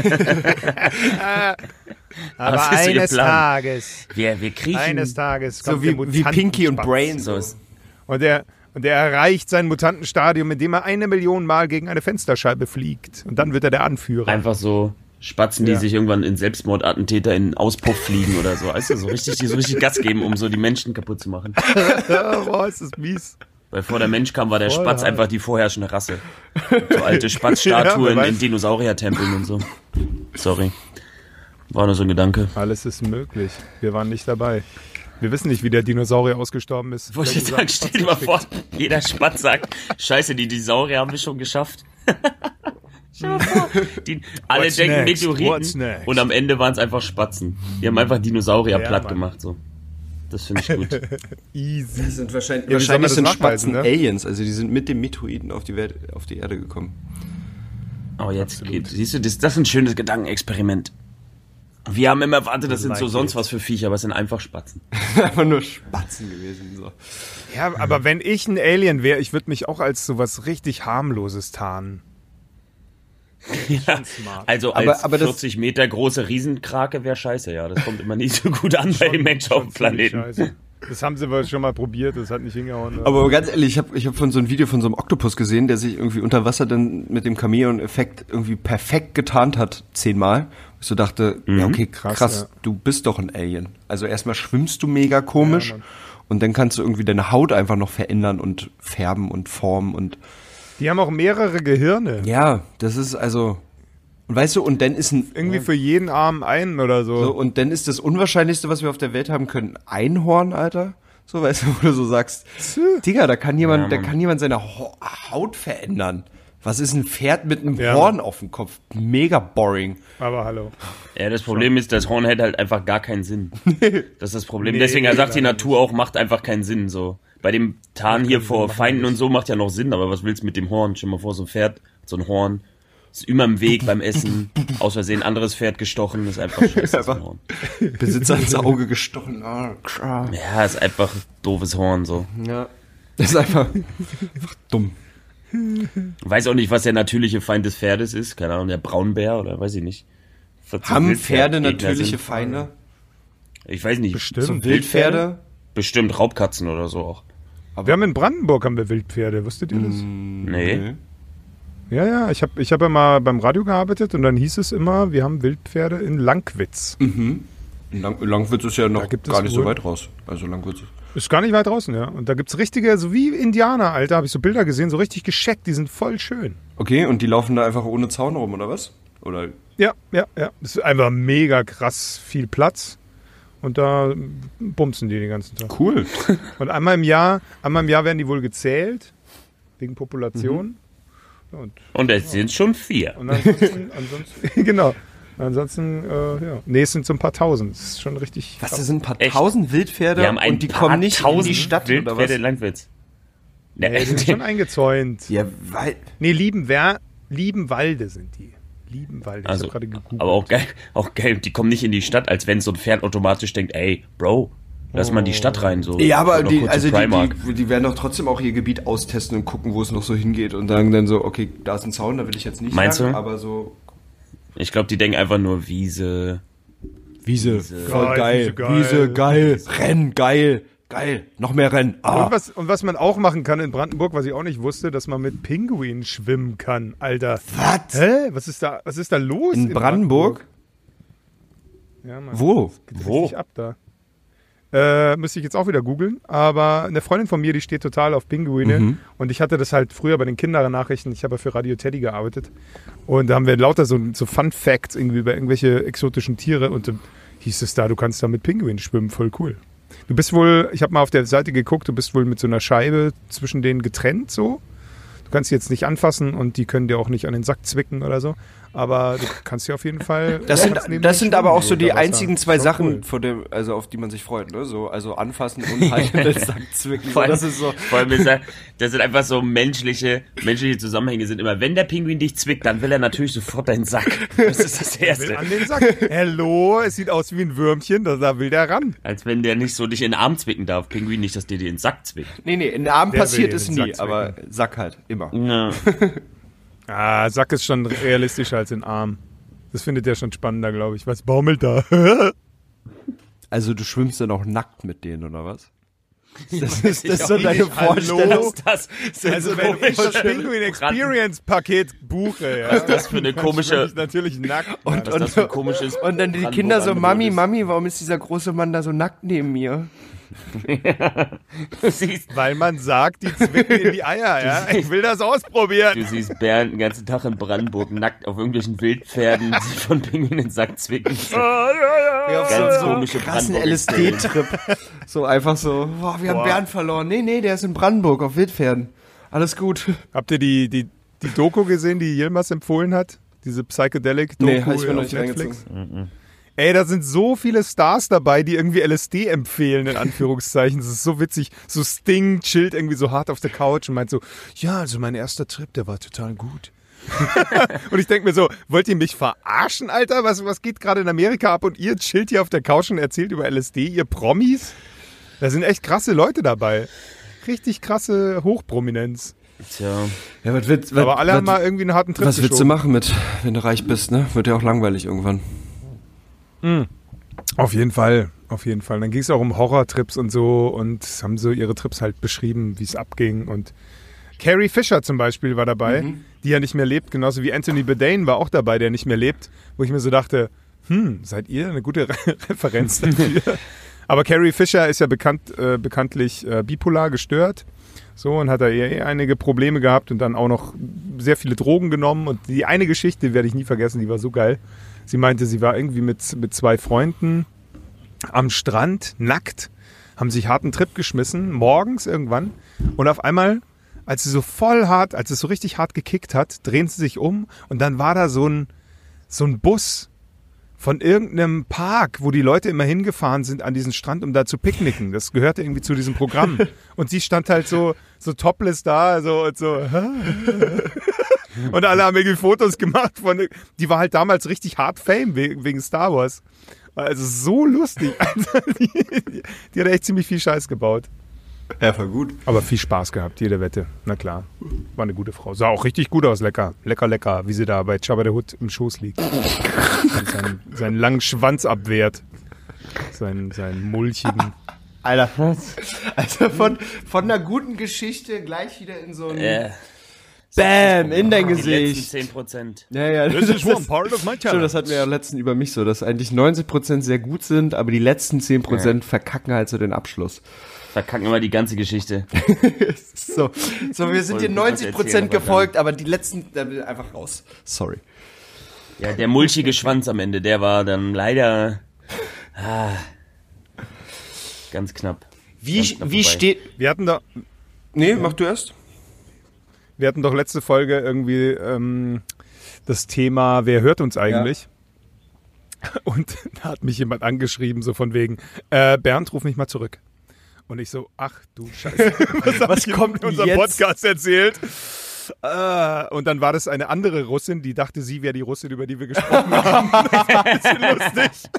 Aber Was ist ihr eines Plan? Tages, Wir, wir kriechen. eines Tages kommt So der wie, wie Pinky und Mutantenspatz. Brain. So ist, Und er, und er erreicht sein Mutantenstadium, indem er eine Million Mal gegen eine Fensterscheibe fliegt. Und dann wird er der Anführer. einfach so Spatzen, die Ja. sich irgendwann in Selbstmordattentäter in Auspuff fliegen oder so. Weißt du, so richtig, die so richtig Gas geben, um so die Menschen kaputt zu machen. Ja, boah, ist das mies. Weil vor der Mensch kam, war der Voll Spatz hart. einfach die vorherrschende Rasse. So alte Spatzstatuen Ja, wer in weiß. Dinosauriertempeln und so. Sorry. War nur so ein Gedanke. Alles ist möglich. Wir waren nicht dabei. Wir wissen nicht, wie der Dinosaurier ausgestorben ist. Wollte ich Vielleicht sagen, ist er stell dir mal vor, Spatz jeder Spatz sagt, scheiße, die Dinosaurier haben wir schon geschafft. Stell dir mal vor, die, alle What's denken next? What's Meteoriten next? und am Ende waren es einfach Spatzen. Die haben einfach Dinosaurier Ja, platt Mann. gemacht, so. Das finde ich gut. Easy. Die sind wahrscheinlich, Ja, wie soll man wahrscheinlich das sind nachweisen, Spatzen ne? Aliens, also die sind mit dem Meteoriten auf die, Welt, auf die Erde gekommen. Aber jetzt geht, siehst du, das, das ist ein schönes Gedankenexperiment. Wir haben immer erwartet, das sind so Like sonst it. was für Viecher, aber es sind einfach Spatzen. Einfach nur Spatzen gewesen. So. Ja, aber wenn ich ein Alien wäre, ich würde mich auch als sowas richtig harmloses tarnen. Ja, smart. also Aber- als aber das- vierzig Meter große Riesenkrake wäre scheiße, ja. Das kommt immer nicht so gut an bei den Menschen auf dem Ziemlich Planeten. scheiße. Das haben sie wohl schon mal probiert, das hat nicht hingehauen. ne? Aber ganz ehrlich, ich habe ich hab von so einem Video von so einem Oktopus gesehen, der sich irgendwie unter Wasser dann mit dem Chamäleon-Effekt irgendwie perfekt getarnt hat, zehnmal. Ich so dachte, ja okay, krass, Krass, ja. du bist doch ein Alien. Also erstmal schwimmst du mega komisch Ja, Mann. und dann kannst du irgendwie deine Haut einfach noch verändern und färben und formen und Die haben auch mehrere Gehirne. ja, das ist also, und weißt du, und dann ist ein, Irgendwie für jeden Arm einen oder so. so, und dann ist das Unwahrscheinlichste, was wir auf der Welt haben können, ein Einhorn, Alter. So, weißt du, wo du so sagst, Digga, da kann jemand, Ja, da Mann. kann jemand seine Ho- Haut verändern. Was ist ein Pferd mit einem Ja, Horn Mann. auf dem Kopf? Mega boring. Aber hallo. Ja, das Problem ist, das Horn hält halt einfach gar keinen Sinn. Das ist das Problem. Nee, Deswegen sagt die leider Natur auch, macht einfach keinen Sinn, so. Bei dem Tarn hier keinen vor Sinn, macht Feinden nicht. und so macht ja noch Sinn, aber was willst du mit dem Horn? Stell dir mal vor, so ein Pferd, so ein Horn, ist immer im Weg beim Essen, aus Versehen ein anderes Pferd gestochen, ist einfach scheiße, das Einfach- Horn. Besitzer ins Auge gestochen. Ah, krass. Ja, ist einfach doofes Horn, so. Ja. Das ist einfach, einfach dumm. Weiß auch nicht, was der natürliche Feind des Pferdes ist, keine Ahnung, der Braunbär oder weiß ich nicht. vierzig Haben Wildpferd- Pferde Gegner natürliche sind. Feinde? Ich weiß nicht. Bestimmt. So Wildpferde? Bestimmt Raubkatzen oder so auch. Wir haben in Brandenburg haben wir Wildpferde, wusstet ihr das? Nee. Ja, ja, ich habe ich hab ja mal beim Radio gearbeitet und dann hieß es immer, wir haben Wildpferde in Langwitz. Lang, Langwitz ist ja noch Da gibt es gar nicht so wohl- weit raus. Also Langwitz. Ist gar nicht weit draußen, ja. Und da gibt's richtige, so wie Indianer, Alter, habe ich so Bilder gesehen, so richtig gescheckt, die sind voll schön. Okay, und die laufen da einfach ohne Zaun rum, oder was? Oder Ja, ja, ja. Das ist einfach mega krass viel Platz. Und da bumsen die den ganzen Tag. cool. Und einmal im Jahr, einmal im Jahr werden die wohl gezählt, wegen Population. Und, Und es sind schon vier. und ansonsten, ansonsten genau. Ansonsten, äh, ja. Nee, es sind so ein paar tausend. Das ist schon richtig. Was, krass. das sind ein paar Echt? tausend Wildpferde Wir haben ein und die paar kommen nicht in tausend die Stadt, oder Wildpferde was? in Langwitz. Nee, die sind schon eingezäunt. Ja, weil... Nee, Liebenwer, Liebenwalde sind die. Liebenwalde. Ich Also, hab gerade gegoogelt. aber auch geil, auch geil, die kommen nicht in die Stadt, als wenn so ein Pferd automatisch denkt, ey, Bro, lass mal in die Stadt rein, so. Ja, aber Noch die, kurz also zu Primark. die, die, die werden doch trotzdem auch ihr Gebiet austesten und gucken, wo es noch so hingeht und sagen dann so, okay, da ist ein Zaun, da will ich jetzt nicht Meinst lang, du? aber so... Ich glaube, die denken einfach nur Wiese. Wiese, Wiese. voll Geil, geil, Wiese, geil. Wiese, geil, Renn, geil, Geil, noch mehr Rennen. Ah. Und, was, und was man auch machen kann in Brandenburg, was ich auch nicht wusste, dass man mit Pinguinen schwimmen kann, Alter. Was? Hä? Was ist da, was ist da los? In, in Brandenburg? Brandenburg? Ja, Mann. Wo? Das geht Wo? richtig ab da. Äh, müsste ich jetzt auch wieder googeln, aber eine Freundin von mir, die steht total auf Pinguine mhm. und ich hatte das halt früher bei den Kindernachrichten, ich habe ja für Radio Teddy gearbeitet und da haben wir lauter so, so Fun Facts irgendwie über irgendwelche exotischen Tiere und dann hieß es da, du kannst da mit Pinguinen schwimmen, voll cool. Du bist wohl, ich habe mal auf der Seite geguckt, du bist wohl mit so einer Scheibe zwischen denen getrennt so. Du kannst sie jetzt nicht anfassen und die können dir auch nicht an den Sack zwicken oder so. Aber du kannst sie auf jeden Fall. Das sind, das sind aber auch so die einzigen zwei Schon Sachen, cool. vor dem, also auf die man sich freut, ne? So, also anfassen und halt den Sack zwicken. Vor allem, das ist so. vor allem ist er, das sind einfach so menschliche, menschliche Zusammenhänge sind immer, wenn der Pinguin dich zwickt, dann will er natürlich sofort deinen Sack. Das ist das Will Erste. an den Sack. Hallo, es sieht aus wie ein Würmchen, da, da will der ran. Als wenn der nicht so dich in den Arm zwicken darf. Pinguin nicht, dass der dir in den Sack zwickt. Nee, nee, in den Arm Der passiert will es den nie, Sack aber Sack halt, immer. Ja. Ah, Sack ist schon realistischer als den Arm. Das findet er schon spannender, glaube ich. Was baumelt da? Also du schwimmst dann auch nackt mit denen, oder was? Das ist- ist das ich so auch deine nicht. Hallo? Vorstellung. Das, das, Also wenn ich das Penguin Experience Paket buche, ja, Was das für eine dann komische- schwimm ich natürlich nackt. Und- was das für ein komisches Und dann die Brandenburg Kinder so, Angebot Mami, ist. Mami, warum ist dieser große Mann da so nackt neben mir? Du siehst, Weil man sagt, die zwicken in die Eier, ja. Ich will das ausprobieren. du siehst Bernd den ganzen Tag in Brandenburg nackt auf irgendwelchen Wildpferden, die von Pinguinen in den Sack zwicken. Ja, auf Ganz so komische einen krassen Brandenburg- L S D-Trip. So einfach so, boah, wir haben Boah. Bernd verloren. Nee, nee, der ist in Brandenburg auf Wildpferden. Alles gut. Habt ihr die, die, die Doku gesehen, die Yilmaz empfohlen hat? Diese Psychedelic-Doku Nee, hab ich mir noch auf nicht Netflix? reingezogen. Ey, da sind so viele Stars dabei, die irgendwie L S D empfehlen, in Anführungszeichen. Das ist so witzig. So Sting chillt irgendwie so hart auf der Couch und meint so, ja, also mein erster Trip, der war total gut. Und ich denke mir so, wollt ihr mich verarschen, Alter? Was, was geht gerade in Amerika ab und ihr chillt hier auf der Couch und erzählt über L S D, ihr Promis? Da sind echt krasse Leute dabei. Richtig krasse Hochprominenz. Tja. Ja, was willst, was, Aber alle was, haben mal irgendwie einen harten Trip was willst du geschoben. machen mit, wenn du reich bist, ne? Wird ja auch langweilig irgendwann. Auf jeden Fall, auf jeden Fall. Dann ging es auch um Horrortrips und so und haben so ihre Trips halt beschrieben, wie es abging. Und Carrie Fisher zum Beispiel war dabei, Mhm. die ja nicht mehr lebt, genauso wie Anthony Bourdain war auch dabei, der nicht mehr lebt, wo ich mir so dachte, hm, seid ihr eine gute Re- Referenz dafür? Aber Carrie Fisher ist ja bekannt, äh, bekanntlich äh, bipolar gestört. So, und hat da eh einige Probleme gehabt und dann auch noch sehr viele Drogen genommen. Und die eine Geschichte werde ich nie vergessen, die war so geil. Sie meinte, sie war irgendwie mit, mit zwei Freunden am Strand, nackt, haben sich harten Trip geschmissen, morgens irgendwann. Und auf einmal, als sie so voll hart, als es so richtig hart gekickt hat, drehen sie sich um und dann war da so ein, so ein Bus von irgendeinem Park, wo die Leute immer hingefahren sind an diesen Strand, um da zu picknicken. Das gehörte irgendwie zu diesem Programm. Und sie stand halt so, so topless da, so und so. Und alle haben irgendwie Fotos gemacht von, die war halt damals richtig hart Fame wegen, wegen Star Wars. Also so lustig. Also die, die, die hat echt ziemlich viel Scheiß gebaut. Ja, voll gut. Aber viel Spaß gehabt, jede Wette. Na klar. War eine gute Frau. Sah auch richtig gut aus, lecker. Lecker, lecker, wie sie da bei Jabba the Hutt im Schoß liegt. Und seinen, seinen langen Schwanz abwehrt. Seinen, seinen mulchigen. Alter, also von, von einer guten Geschichte gleich wieder in so ein Äh, Bam, in dein die letzten Gesicht. zehn Prozent. Ja, ja, This is one part of my Stimmt, challenge. das hatten wir ja letzten über mich so, dass eigentlich neunzig Prozent sehr gut sind, aber die letzten zehn Prozent verkacken halt so den Abschluss. Verkacken immer die ganze Geschichte. So, so wir sind Voll dir gut neunzig erzählen, Prozent aber gefolgt, aber die letzten, da will einfach raus. Sorry. Ja, der mulchige Schwanz am Ende, der war dann leider ah, ganz knapp. Wie, Ganz knapp wie vorbei. steht... Wir hatten da, Nee, mach du erst. wir hatten doch letzte Folge irgendwie ähm, das Thema, wer hört uns eigentlich? Und da hat mich jemand angeschrieben, so von wegen, äh, Bernd, ruf mich mal zurück. Und ich so, ach du Scheiße, was, hab Was ich kommt in unserem jetzt? Podcast erzählt? Äh, und dann war das eine andere Russin, die dachte, sie wäre die Russin, über die wir gesprochen haben. Das war ein bisschen lustig.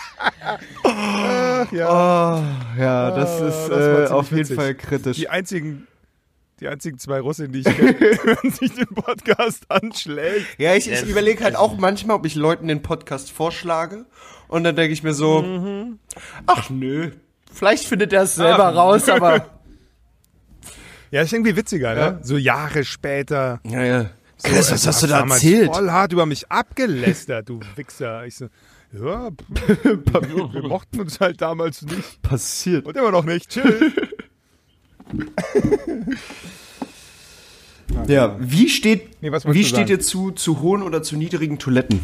Ach, ja. Oh, ja, das Ah, ist das war äh, ziemlich auf jeden witzig. Fall kritisch. Die einzigen, die einzigen zwei Russinnen, die ich kenne, hören sich den Podcast an, schlecht. Ja, ich, ich Das- überlege halt auch manchmal, ob ich Leuten den Podcast vorschlage und dann denke ich mir so, ach nö, Vielleicht findet er es selber ah. raus, aber... Ja, ist irgendwie witziger, ja. ne? So Jahre später. Ja, ja. So, Chris, was hast du da erzählt? Voll hart über mich abgelästert, du Wichser. Ich so, ja, wir mochten uns halt damals nicht. Passiert. Und immer noch nicht. Chill. Ja, wie steht, nee, wie steht ihr zu, zu hohen oder zu niedrigen Toiletten?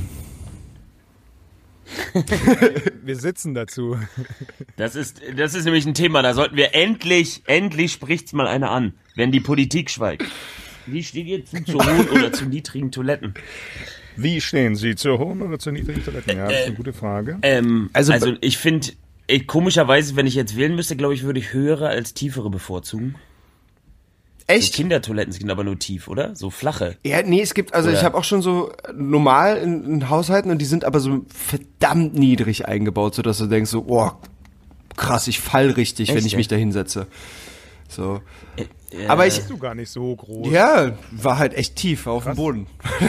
Wir sitzen dazu. Das ist, das ist nämlich ein Thema, da sollten wir endlich, endlich spricht's mal einer an, wenn die Politik schweigt. Wie steht ihr zu, zu hohen oder zu niedrigen Toiletten? Wie stehen Sie zu hohen oder zu niedrigen Toiletten? Ja, das ist eine gute Frage. Ähm, also, also ich finde, komischerweise, wenn ich jetzt wählen müsste, glaube ich, würde ich höhere als tiefere bevorzugen. Echt? So Kindertoiletten sind aber nur tief, oder? So flache. Ja, nee, es gibt, also oder? ich habe auch schon so normal in, in Haushalten und die sind aber so verdammt niedrig eingebaut, sodass du denkst so, oh, krass, ich fall richtig, Echt, wenn ich ja? mich da hinsetze. So. Äh, äh, aber ich. Bist du gar nicht so groß. Ja, war halt echt tief, war auf dem Boden.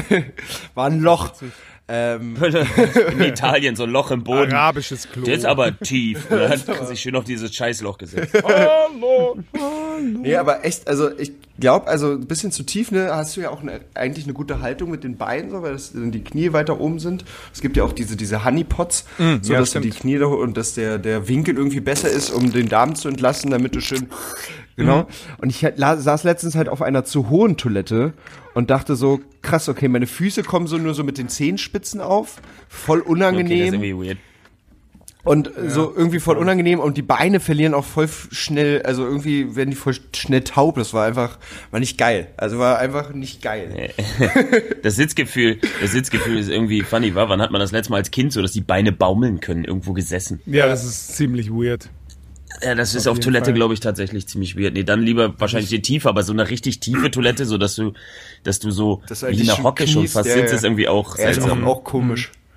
War ein Loch. Ähm. In Italien, so ein Loch im Boden. Arabisches Klo. Der ist aber tief. Und dann hat er sich schön auf dieses Scheißloch gesetzt. Hallo, hallo. Nee, aber echt, also ich glaube, also ein bisschen zu tief, ne, hast du ja auch eine, eigentlich eine gute Haltung mit den Beinen, so, weil das, die Knie weiter oben sind. Es gibt ja auch diese, diese Honeypots, mm, so ja, dass stimmt. du die Knie da und dass der, der Winkel irgendwie besser ist, um den Darm zu entlasten, damit du schön, genau. Mhm. Und ich saß letztens halt auf einer zu hohen Toilette und dachte so, krass, okay, meine Füße kommen so nur so mit den Zehenspitzen auf, voll unangenehm. Okay, das ist irgendwie weird. Und ja. so irgendwie voll unangenehm und die Beine verlieren auch voll schnell, also irgendwie werden die voll schnell taub. Das war einfach, war nicht geil. Also war einfach nicht geil. Das Sitzgefühl, das Sitzgefühl ist irgendwie funny, wa? Wann hat man das letzte Mal als Kind so, dass die Beine baumeln können, irgendwo gesessen? Ja, das ist ziemlich weird. Ja, das ist auf, auf Toilette, glaube ich, tatsächlich ziemlich weird. Nee, dann lieber wahrscheinlich die tiefe, aber so eine richtig tiefe Toilette, so dass du, dass du so wie in der Hocke schon fast sitzt, ist irgendwie auch ja, seltsam. Ist auch, auch komisch. Mhm.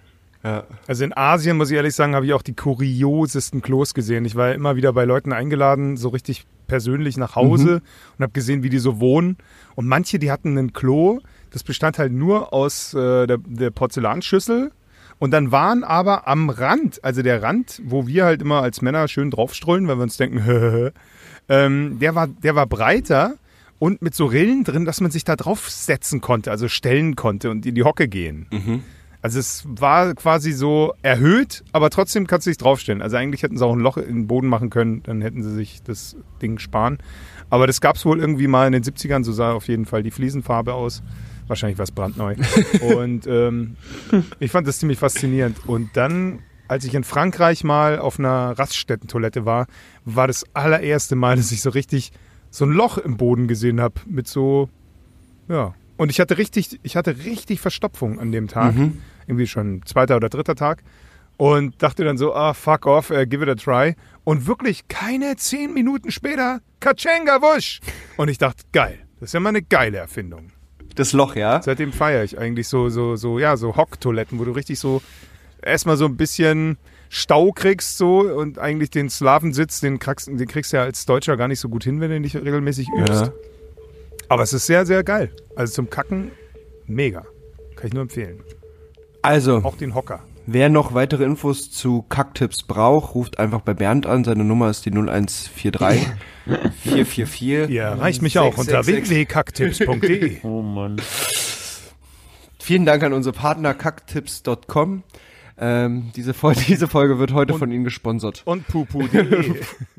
Ja. Also in Asien, muss ich ehrlich sagen, habe ich auch die kuriosesten Klos gesehen. Ich war ja immer wieder bei Leuten eingeladen, so richtig persönlich nach Hause mhm. und habe gesehen, wie die so wohnen. Und manche, die hatten ein Klo, das bestand halt nur aus äh, der, der Porzellanschüssel. Und dann waren aber am Rand, also der Rand, wo wir halt immer als Männer schön draufstrollen, weil wir uns denken, ähm, der war, der war breiter und mit so Rillen drin, dass man sich da draufsetzen konnte, also stellen konnte und in die Hocke gehen. Mhm. Also es war quasi so erhöht, aber trotzdem kannst du dich draufstellen. Also eigentlich hätten sie auch ein Loch in den Boden machen können, dann hätten sie sich das Ding sparen. Aber das gab es wohl irgendwie mal in den siebzigern, so sah auf jeden Fall die Fliesenfarbe aus. Wahrscheinlich war es brandneu. Und ähm, ich fand das ziemlich faszinierend. Und dann, als ich in Frankreich mal auf einer Raststättentoilette war, war das allererste Mal, dass ich so richtig so ein Loch im Boden gesehen habe mit so, ja. Und ich hatte richtig, ich hatte richtig Verstopfung an dem Tag. Mhm. Irgendwie schon zweiter oder dritter Tag. Und dachte dann so, ah, fuck off, uh, give it a try. Und wirklich keine zehn Minuten später, Katschenga, wusch. Und ich dachte, geil, das ist ja mal eine geile Erfindung. Das Loch, ja? Seitdem feiere ich eigentlich so, so, so, ja, so Hocktoiletten, wo du richtig so erstmal so ein bisschen Stau kriegst so und eigentlich den Slavensitz, den kriegst, den kriegst du ja als Deutscher gar nicht so gut hin, wenn du nicht regelmäßig übst. Ja. Aber es ist sehr, sehr geil. Also zum Kacken, mega. Kann ich nur empfehlen. Also, auch den Hocker. Wer noch weitere Infos zu Kacktipps braucht, ruft einfach bei Bernd an. Seine Nummer ist die null eins vier drei vier vier vier. Ihr erreicht mich auch unter w w w punkt kacktipps punkt d e. Oh Mann. Vielen Dank an unsere Partner kacktipps punkt com. Ähm, diese, Folge, diese Folge wird heute und, von Ihnen gesponsert. Und pupu punkt de.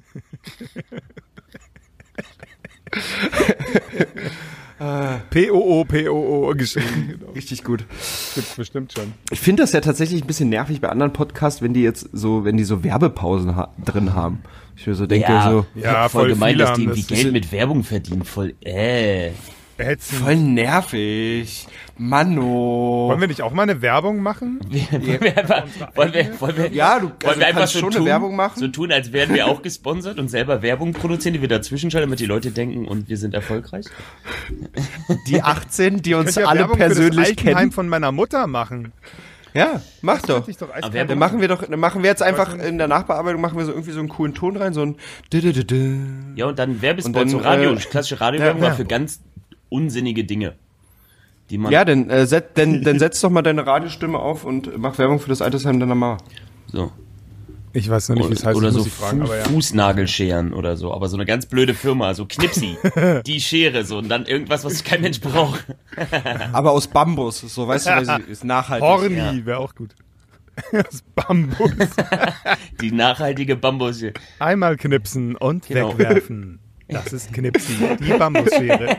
P O O P O O geschrieben. Genau. Richtig gut. Gibt's bestimmt schon. Ich finde das ja tatsächlich ein bisschen nervig bei anderen Podcasts, wenn die jetzt so, wenn die so Werbepausen ha- drin haben. Ich mir so denke, ja, so. Ja, voll, voll gemein, dass die irgendwie das Geld mit Werbung verdienen. Voll, äh. Ätzend. Voll nervig. Manno. Wollen wir nicht auch mal eine Werbung machen? wollen, wir einfach, wollen, wir, wollen wir, ja, du wollen wir einfach so schon tun, eine Werbung machen? So tun, als wären wir auch gesponsert und selber Werbung produzieren, die wir dazwischen schalten, damit die Leute denken, und wir sind erfolgreich? Die achtzehn, die uns ja alle Werbung persönlich für das kennen. Altenheim von meiner Mutter machen. Ja, mach doch. doch Dann machen wir doch, dann machen wir jetzt einfach in der Nachbearbeitung machen wir so irgendwie so einen coolen Ton rein, so ein ja, und dann Werbespot, so Radio, äh, klassische Radiowerbung, ja, ja. für ganz unsinnige Dinge. Die man ja, dann, äh, set, dann, dann setz doch mal deine Radiostimme auf und mach Werbung für das Altersheim deiner Mama. So. Ich weiß noch nicht, wie es heißt. Oder muss so ich fragen, Fu- aber ja. Fußnagelscheren oder so. Aber so eine ganz blöde Firma, so Knipsi. Die Schere so und dann irgendwas, was kein Mensch braucht. Aber aus Bambus, so weißt du, weil sie ist nachhaltig. Horny Ja. wäre auch gut. Aus Bambus. Die nachhaltige Bambusschere. Einmal knipsen und Genau. wegwerfen. Das ist Knipsi, die Bambusschere.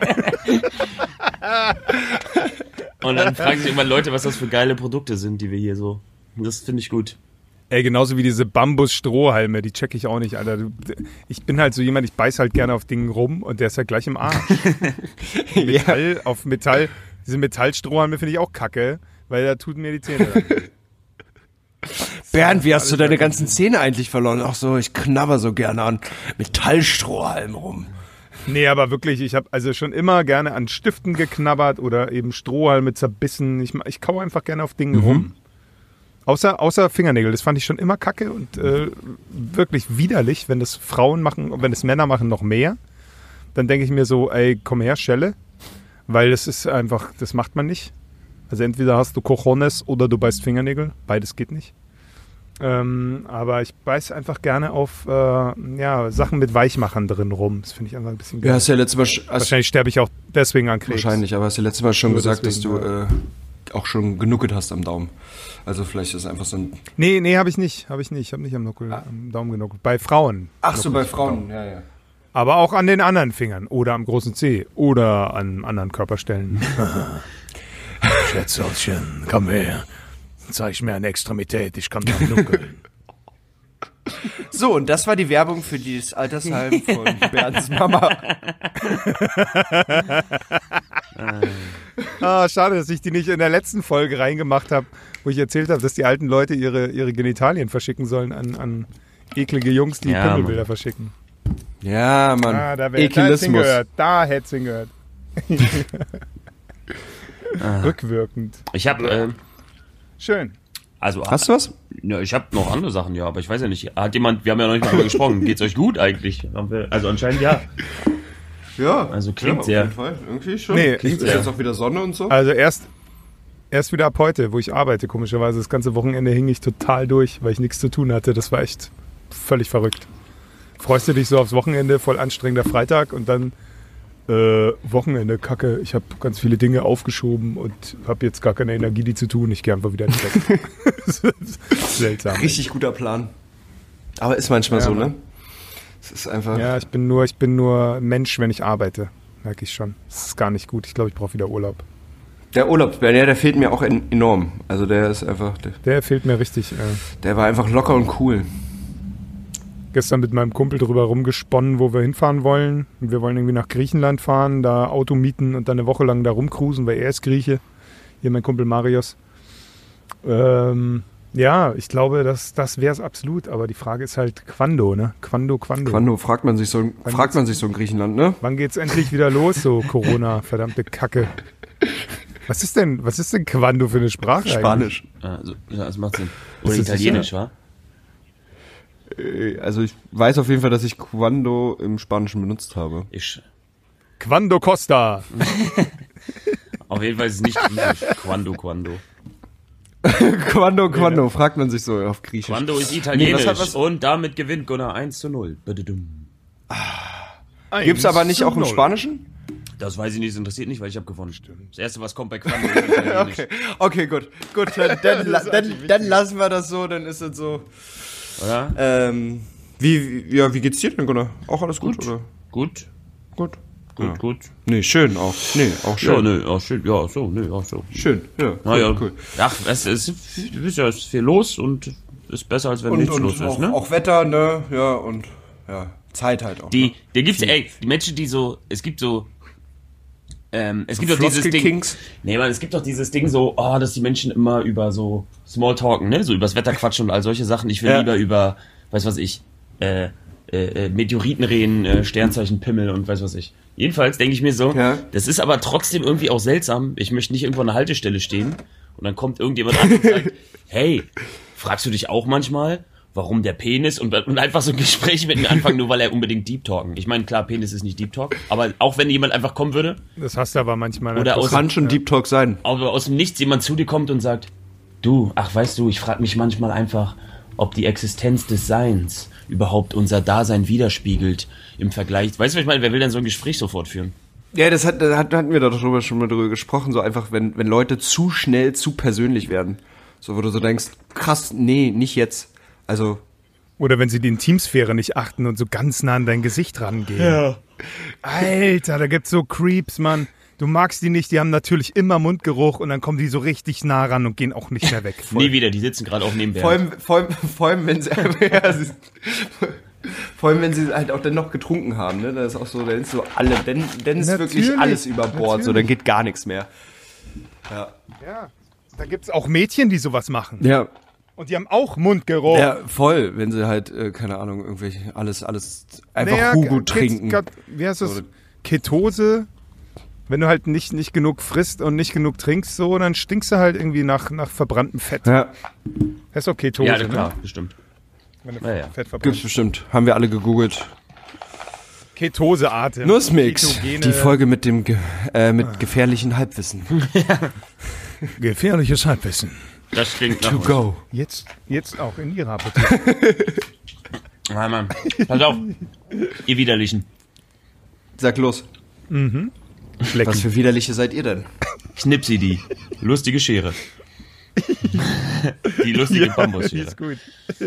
Und dann fragen sich immer Leute, was das für geile Produkte sind, die wir hier so. Das finde ich gut. Ey, genauso wie diese Bambus-Strohhalme, die check ich auch nicht, Alter. Du- Ich bin halt so jemand, ich beiß halt gerne auf Dingen rum und der ist halt gleich im Arsch. Metall auf Metall, diese Metallstrohhalme finde ich auch kacke, weil da tut mir die Zähne lang. Bernd, wie hast du deine ganzen Zähne eigentlich verloren? Ach so, ich knabber so gerne an Metallstrohhalm rum. Nee, aber wirklich, ich habe also schon immer gerne an Stiften geknabbert oder eben Strohhalme zerbissen. Ich, ma- ich kaue einfach gerne auf Dingen rum. Außer, außer Fingernägel, das fand ich schon immer kacke und äh, wirklich widerlich, wenn das Frauen machen und wenn es Männer machen, noch mehr. Dann denke ich mir so, ey, komm her, Schelle, weil das ist einfach, das macht man nicht. Also entweder hast du Cojones oder du beißt Fingernägel, beides geht nicht. Ähm, aber ich beiß einfach gerne auf äh, ja, Sachen mit Weichmachern drin rum. Das finde ich einfach ein bisschen geil. Ja, hast ja letztes Mal, sch- hast, Wahrscheinlich sterbe ich auch deswegen an Krebs. wahrscheinlich, aber hast ja letztes Mal schon Nur gesagt, deswegen, dass du äh, auch schon genuckelt hast am Daumen. Also vielleicht ist es einfach so ein... Nee, nee, habe ich nicht. Habe ich nicht. Ich habe nicht am, Nuckel, am Daumen genuckelt. Bei Frauen. Ach so, nuckel bei ich am Frauen, Daumen. ja, ja. Aber auch an den anderen Fingern. Oder am großen Zeh. Oder an anderen Körperstellen. Schätzchen, komm her. Zeig mir eine Extremität. Ich kann da nuckeln. So, und das war die Werbung für dieses Altersheim von Bernds Mama. Ah, schade, dass ich die nicht in der letzten Folge reingemacht habe, wo ich erzählt habe, dass die alten Leute ihre, ihre Genitalien verschicken sollen an, an eklige Jungs, die Ja, Pimmelbilder verschicken. Ja, Mann. Ah, da, wär, da hätt's Ekelismus. hingehört. Da hätt's hingehört. Rückwirkend. Ich habe, äh, Schön. also, Hast du was? ja, ich habe noch andere Sachen, ja, aber ich weiß ja nicht. Hat jemand, wir haben ja noch nicht mal drüber gesprochen. Geht's euch gut eigentlich? Haben wir, also anscheinend ja. Ja. Also klingt ja, auf sehr- jeden Fall. Irgendwie schon. Nee, Klingt ich- ist jetzt auch wieder Sonne und so. Also erst, erst wieder ab heute, wo ich arbeite, komischerweise. Das ganze Wochenende hing ich total durch, weil ich nichts zu tun hatte. Das war echt völlig verrückt. Freust du dich so aufs Wochenende, voll anstrengender Freitag und dann äh, Wochenende, Kacke, ich habe ganz viele Dinge aufgeschoben und habe jetzt gar keine Energie, die zu tun. Ich gehe einfach wieder ins Bett. Seltsam. Richtig guter Plan. Aber ist manchmal Ja, so, Mann. ne? Es ist einfach... Ja, ich bin nur, ich bin nur Mensch, wenn ich arbeite. Merke ich schon. Das ist gar nicht gut. Ich glaube, ich brauche wieder Urlaub. Der Urlaub, der, der fehlt mir auch en- enorm. Also der ist einfach... Der, Der fehlt mir richtig. Äh, der war einfach locker und cool. gestern mit meinem Kumpel drüber rumgesponnen, wo wir hinfahren wollen. Und wir wollen irgendwie nach Griechenland fahren, da Auto mieten und dann eine Woche lang da rumcruisen, weil er ist Grieche. Hier mein Kumpel Marius. Ähm, ja, ich glaube, das, das wäre es absolut. Aber die Frage ist halt, quando, ne? Quando, quando. Quando fragt man sich so, fragt man sich so in Griechenland, ne? Wann geht's endlich wieder los, so Corona, verdammte Kacke. Was ist denn, was ist denn quando für eine Sprache eigentlich? Spanisch. Also, ja, das macht Sinn. Oder Ist das Italienisch, sicher? wa? Äh, Also ich weiß auf jeden Fall, dass ich Quando im Spanischen benutzt habe. Ich, Quando Costa. auf jeden Fall ist es nicht griechisch. Quando, quando. Quando, Quando, fragt man sich so auf Griechisch. Quando ist italienisch. Nee, was hat was- und damit gewinnt Gunnar eins zu null. Badadum. Gibt's aber nicht auch im Spanischen? Das weiß ich nicht, das interessiert nicht, weil ich habe gewonnen. Das erste, was kommt bei Quando, ist italienisch. Okay, okay, gut. Gut, dann, dann, la- dann, dann lassen wir das so, dann ist es so. Oder? Ähm, wie, wie- ja, wie geht's dir denn, Gunnar? Auch alles gut, Gut. oder? Gut, Gut. gut, Ja. gut. Nee, schön auch. Nee, auch Ja, schön. nö, ja, schön. Ja, so, nö, ja, so. Schön, ja. Na ja, cool. ach, es ist, es ist ja es ist viel los und ist besser, als wenn Und, nichts und los auch, ist, ne? auch Wetter, ne? Ja, und ja, Zeit halt auch. Die, ne? da gibt's, ey, die Menschen, die so, es gibt so, ähm, es gibt doch dieses Ding, Floskel-Kings. nee, man, es gibt doch dieses Ding so, oh, dass die Menschen immer über so Smalltalken, ne, so übers Wetter quatschen und all solche Sachen. Ich will Ja. lieber über, weiß was ich, äh, äh, äh, Meteoriten reden, äh, Sternzeichen, Pimmel und weiß was ich. Jedenfalls denke ich mir so, Ja. das ist aber trotzdem irgendwie auch seltsam. Ich möchte nicht irgendwo an der Haltestelle stehen und dann kommt irgendjemand an und sagt, hey, fragst du dich auch manchmal, warum der Penis und, und einfach so ein Gespräch mit mir anfangen, nur weil er unbedingt Deep Talken. Ich meine, klar, Penis ist nicht Deep Talk, aber auch wenn jemand einfach kommen würde, Das hast du aber manchmal. Oder Das- aus- Kann schon Deep Talk sein. aber aus dem Nichts jemand zu dir kommt und sagt, du, ach weißt du, ich frage mich manchmal einfach, ob die Existenz des Seins überhaupt unser Dasein widerspiegelt im Vergleich. Weißt du, was ich meine? Wer will denn so ein Gespräch sofort führen? Ja, das, hat, das hatten wir doch drüber, schon mal drüber gesprochen, so einfach, wenn, wenn Leute zu schnell zu persönlich werden. So, wo du so denkst, krass, nee, nicht jetzt. Also. Oder wenn sie die Intimsphäre nicht achten und so ganz nah an dein Gesicht rangehen. Ja. Alter, da gibt's so Creeps, Mann. Du magst die nicht, die haben natürlich immer Mundgeruch und dann kommen die so richtig nah ran und gehen auch nicht mehr weg. Nie wieder, die sitzen gerade auch neben vor allem, vor allem, vor allem, wenn sie, ja, sie vor allem, wenn sie halt auch dann noch getrunken haben, ne? Das ist auch so, dann ist so alle, dann, dann ist natürlich, wirklich alles über Bord, natürlich. So, dann geht gar nichts mehr. Ja. Ja. Da gibt's auch Mädchen, die sowas machen. Ja. Und die haben auch Mundgeruch. Ja, voll, wenn sie halt, äh, keine Ahnung, irgendwelche, alles, alles einfach naja, Hugo trinken. Ket, wie heißt das? Ketose. Wenn du halt nicht, nicht genug frisst und nicht genug trinkst, so, dann stinkst du halt irgendwie nach, nach verbranntem Fett. Ja. Das ist doch Ketose, ja, klar, ne? bestimmt. Wenn du ja, ja. Fett verbrannt. Gibt's bestimmt. Haben wir alle gegoogelt. Ketoseatem. Nussmix. Die Folge mit dem ge äh, mit ah. gefährlichen Halbwissen. Gefährliches Halbwissen. Das klingt nach To go. Jetzt, jetzt auch in ihrer Apotheke. Ah, Mann. Pass auf. Ihr Widerlichen. Sag los. Mhm. Was für Widerliche seid ihr denn? Knipsi die. Lustige Schere. Die lustige ja, Bambusschere. Die ist gut.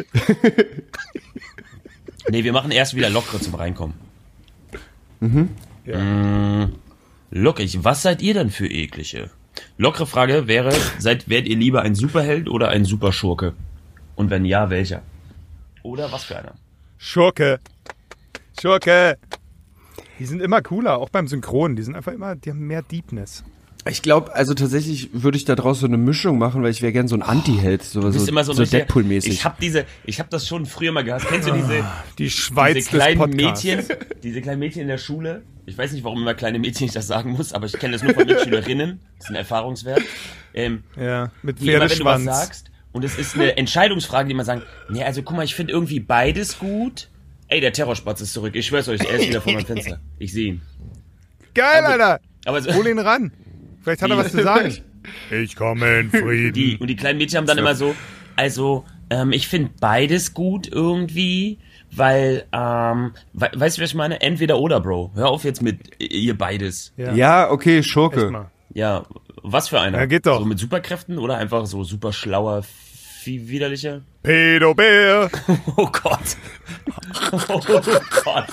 Nee, wir machen erst wieder lockere zum Reinkommen. Mhm. Ja. Mmh, lockig. Was seid ihr denn für eklige? Lockere Frage wäre, seid, wärt ihr lieber ein Superheld oder ein Superschurke? Und wenn ja, welcher? Oder was für einer? Schurke. Schurke. Die sind immer cooler, auch beim Synchron. Die sind einfach immer, die haben mehr Deepness. Ich glaube, also tatsächlich würde ich da draus so eine Mischung machen, weil ich wäre gern so ein Anti-Held, so, du bist so, immer so, so Deadpool-mäßig. Ich habe diese, ich habe das schon früher mal gehasst. Kennst du diese, die Schweiz diese kleinen des Mädchen, diese kleinen Mädchen in der Schule? Ich weiß nicht, warum immer kleine Mädchen ich das sagen muss, aber ich kenne das nur von Mitschülerinnen. Das ist ein Erfahrungswert. Ähm, ja, mit die immer, wenn Pferdeschwanz. du was sagst und es ist eine Entscheidungsfrage, die man sagen, nee, also guck mal, ich finde irgendwie beides gut. Ey, der Terrorspatz ist zurück. Ich schwör's euch, er ist wieder vor meinem Fenster. Ich sehe ihn. Geil, aber, Alter! Aber so, hol ihn ran. Vielleicht hat er was zu sagen. Ich komme in Frieden. Die, und die kleinen Mädchen haben dann immer so, also, ähm, ich finde beides gut irgendwie, weil, ähm, we weißt du, was ich meine? Entweder oder, Bro. Hör auf jetzt mit ihr beides. Ja, ja okay, Schurke. Ja, was für einer? Ja, geht doch. So mit Superkräften oder einfach so super schlauer, viel widerlicher? Pedobär. Oh Gott. Oh Gott.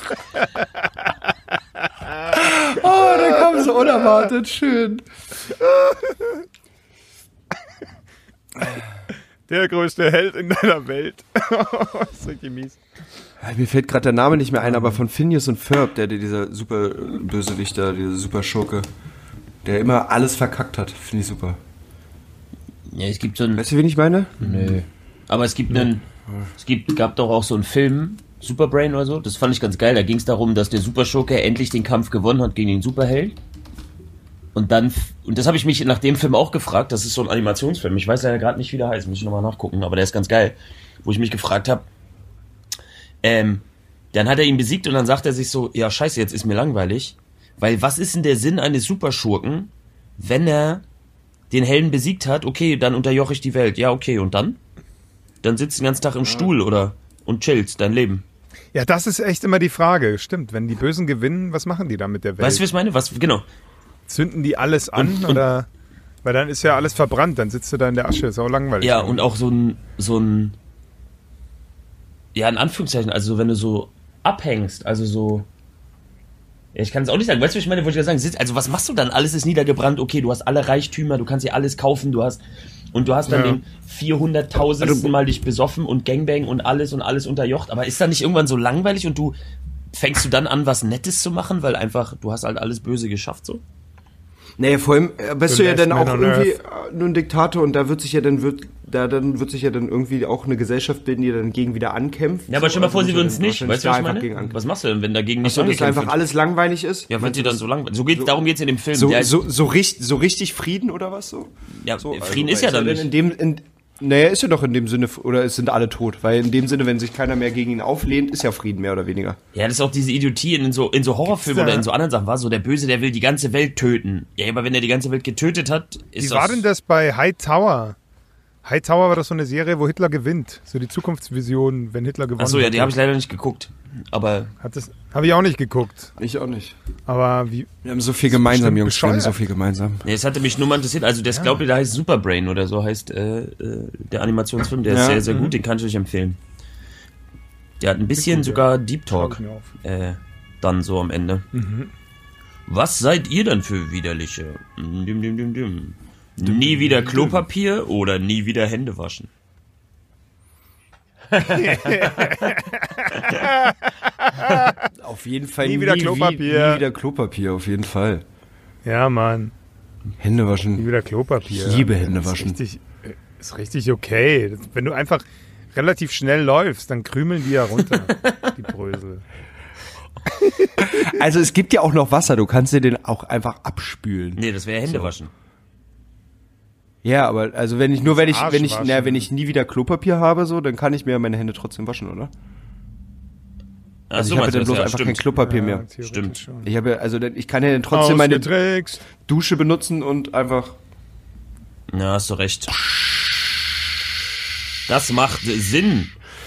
Oh, der kam so unerwartet, schön. Der größte Held in deiner Welt. Das ist richtig mies. Mir fällt gerade der Name nicht mehr ein, aber von Phineas und Ferb, der, der dieser super Bösewichter, dieser super Schurke, der immer alles verkackt hat, finde ich super. Ja, es gibt so ein... Weißt du, wen ich meine? Nö. Aber es gibt einen... Es gibt, gab doch auch so einen Film, Superbrain oder so, das fand ich ganz geil. Da ging es darum, dass der Superschurke endlich den Kampf gewonnen hat gegen den Superheld. Und dann, und das habe ich mich nach dem Film auch gefragt, das ist so ein Animationsfilm, ich weiß ja gerade nicht, wie der heißt, muss ich nochmal nachgucken, aber der ist ganz geil, wo ich mich gefragt habe, ähm, dann hat er ihn besiegt und dann sagt er sich so, ja scheiße, jetzt ist mir langweilig, weil was ist denn der Sinn eines Superschurken, wenn er den Helden besiegt hat, okay, dann unterjoche ich die Welt, ja okay, und dann? Dann sitzt den ganzen Tag im Stuhl oder und chillst dein Leben. Ja, das ist echt immer die Frage, stimmt, wenn die Bösen gewinnen, was machen die dann mit der Welt? Weißt du, was ich meine? Was, genau. Zünden die alles an und, und, oder? Weil dann ist ja alles verbrannt, dann sitzt du da in der Asche, ist auch langweilig. Ja, und auch so ein, so ein, ja, in Anführungszeichen, also wenn du so abhängst, also so, ja, ich kann es auch nicht sagen, weißt du, was ich meine, wollte ich gerade sagen, also was machst du dann? Alles ist niedergebrannt, okay, du hast alle Reichtümer, du kannst dir alles kaufen, du hast, und du hast dann ja. den vierhunderttausendsten Mal dich besoffen und Gangbang und alles und alles unterjocht, aber ist dann nicht irgendwann so langweilig und du, fängst du dann an, was Nettes zu machen, weil einfach, du hast halt alles Böse geschafft, so? Nee, vor allem äh, bist du ja dann auch irgendwie äh, nur ein Diktator und da wird sich ja dann wird da dann wird sich ja dann irgendwie auch eine Gesellschaft bilden, die dann gegen wieder ankämpft. Ja, aber stell mal vor, sie würden es nicht. Weißt du, was ich meine? Was machst du denn, wenn dagegen nicht so angekämpft wird? Dass einfach alles langweilig ist? Ja, wenn sie dann so langweilig. So geht's, so, darum geht's in dem Film. So, ja, so, so, richtig, so richtig Frieden oder was so? Ja, so, Frieden also, ist ja dann nicht. In dem, in, naja, ist ja doch in dem Sinne, oder es sind alle tot, weil in dem Sinne, wenn sich keiner mehr gegen ihn auflehnt, ist ja Frieden mehr oder weniger. Ja, das ist auch diese Idiotie in so, in so Horrorfilmen oder in so anderen Sachen, war so, der Böse, der will die ganze Welt töten. Ja, aber wenn er die ganze Welt getötet hat, ist Wie war denn das bei Hightower? Hightower war doch so eine Serie, wo Hitler gewinnt. So die Zukunftsvision, wenn Hitler gewonnen hat. Achso, ja, die habe ich leider nicht geguckt. Aber. Habe ich auch nicht geguckt. Ich auch nicht. Aber wie. Wir haben so viel gemeinsam, Jungs. Wir haben so viel gemeinsam. Nee, es hatte mich nur mal interessiert. Also, der, ja. glaube ich, der heißt Superbrain oder so heißt äh, äh, der Animationsfilm. Der ja. ist sehr, sehr gut. Den kann ich euch empfehlen. Der hat ein bisschen gut, sogar ja. Deep Talk. Äh, dann so am Ende. Mhm. Was seid ihr denn für widerliche? Dim, dim, dim, dim. Nie wieder Klopapier oder nie wieder Hände waschen? Auf jeden Fall nie wieder nie, Klopapier. Nie wieder Klopapier, auf jeden Fall. Ja, Mann. Hände waschen. Nie wieder Klopapier. Ich liebe Hände waschen. Ist richtig, ist richtig okay. Wenn du einfach relativ schnell läufst, dann krümeln die ja runter, die Brösel. Also es gibt ja auch noch Wasser, du kannst dir den auch einfach abspülen. Nee, das wäre Hände so. waschen. Ja, aber also wenn ich nur wenn ich wenn ich na, wenn ich nie wieder Klopapier habe, so, dann kann ich mir meine Hände trotzdem waschen, oder? Ach also so, ich habe dann bloß ja, einfach stimmt. kein Klopapier ja, mehr. Stimmt. Schon. Ich habe also ich kann ja dann trotzdem meine Dusche benutzen und einfach. Ja, hast du recht. Das macht Sinn.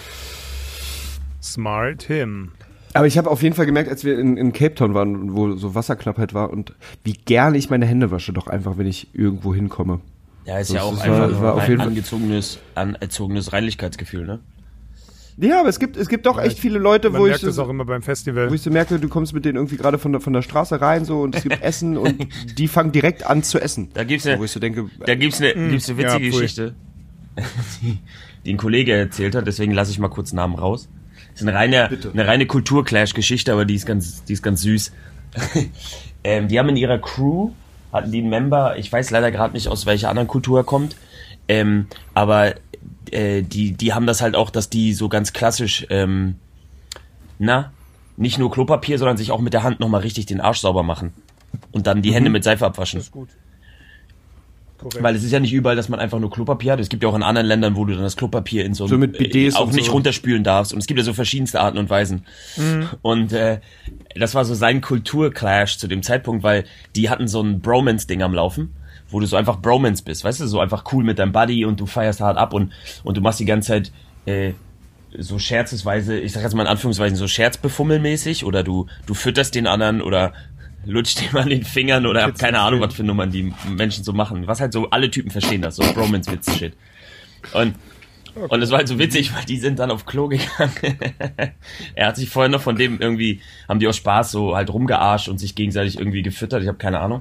Smart him. Aber ich habe auf jeden Fall gemerkt, als wir in, in Cape Town waren, wo so Wasserknappheit war und wie gerne ich meine Hände wasche, doch einfach, wenn ich irgendwo hinkomme. Ja, ist so, ja auch war, einfach war ein angezogenes, anerzogenes Reinlichkeitsgefühl, ne? Ja, aber es gibt, es gibt doch ja, echt viele Leute, man wo merkt ich das auch immer beim Festival. Wo ich so merke, du kommst mit denen irgendwie gerade von der, von der Straße rein so und es gibt Essen und die fangen direkt an zu essen. Da gibt's eine, wo ich so denke, da gibt's eine, mh, gibt's eine witzige ja, Geschichte, die, die ein Kollege erzählt hat, deswegen lasse ich mal kurz Namen raus. Das ist eine reine, Bitte. eine reine Kulturclash-Geschichte, aber die ist ganz, die ist ganz süß. ähm, die haben in ihrer Crew, hatten die einen Member, ich weiß leider gerade nicht, aus welcher anderen Kultur er kommt, ähm, aber äh, die, die haben das halt auch, dass die so ganz klassisch, ähm, na, nicht nur Klopapier, sondern sich auch mit der Hand nochmal richtig den Arsch sauber machen. Und dann die mhm. Hände mit Seife abwaschen. Das ist gut. Korrekt. Weil es ist ja nicht überall, dass man einfach nur Klopapier hat. Es gibt ja auch in anderen Ländern, wo du dann das Klopapier in so, so mit Bidets äh, auch nicht so. runterspülen darfst. Und es gibt ja so verschiedenste Arten und Weisen. Mhm. Und äh, das war so sein Kulturclash zu dem Zeitpunkt, weil die hatten so ein Bromance-Ding am Laufen, wo du so einfach Bromance bist, weißt du, so einfach cool mit deinem Buddy und du feierst hart ab und und du machst die ganze Zeit äh, so scherzesweise, ich sag jetzt mal in Anführungsweisen so scherzbefummelmäßig oder du du fütterst den anderen oder lutscht dem an den Fingern oder hab keine Ahnung, was für Nummern die Menschen so machen. Was halt so, alle Typen verstehen das, so Bromance-Witz-Shit. Und, okay. und es war halt so witzig, weil die sind dann auf Klo gegangen. Er hat sich vorher noch von dem irgendwie, haben die aus Spaß so halt rumgearscht und sich gegenseitig irgendwie gefüttert, ich habe keine Ahnung.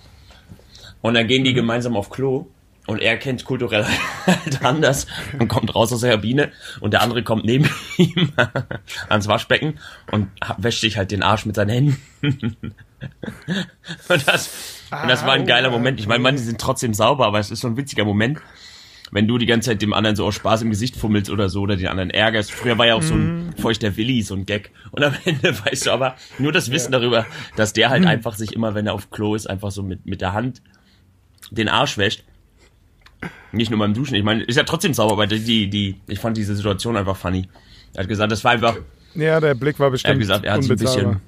Und dann gehen die gemeinsam auf Klo und er kennt kulturell halt anders und kommt raus aus der Kabine und der andere kommt neben ihm ans Waschbecken und wäscht sich halt den Arsch mit seinen Händen. Und das, und das war ein geiler Moment. Ich meine, manche sind trotzdem sauber, aber es ist so ein witziger Moment, wenn du die ganze Zeit dem anderen so aus Spaß im Gesicht fummelst oder so oder den anderen ärgerst. Früher war ja auch so ein feuchter Willi, so ein Gag. Und am Ende weißt du aber nur das Wissen ja. darüber, dass der halt einfach sich immer, wenn er auf Klo ist, einfach so mit, mit der Hand den Arsch wäscht. Nicht nur beim Duschen. Ich meine, ist ja trotzdem sauber, aber die, die, ich fand diese Situation einfach funny. Er hat gesagt, das war einfach... Ja, der Blick war bestimmt Er hat gesagt, er hat sich ein bisschen...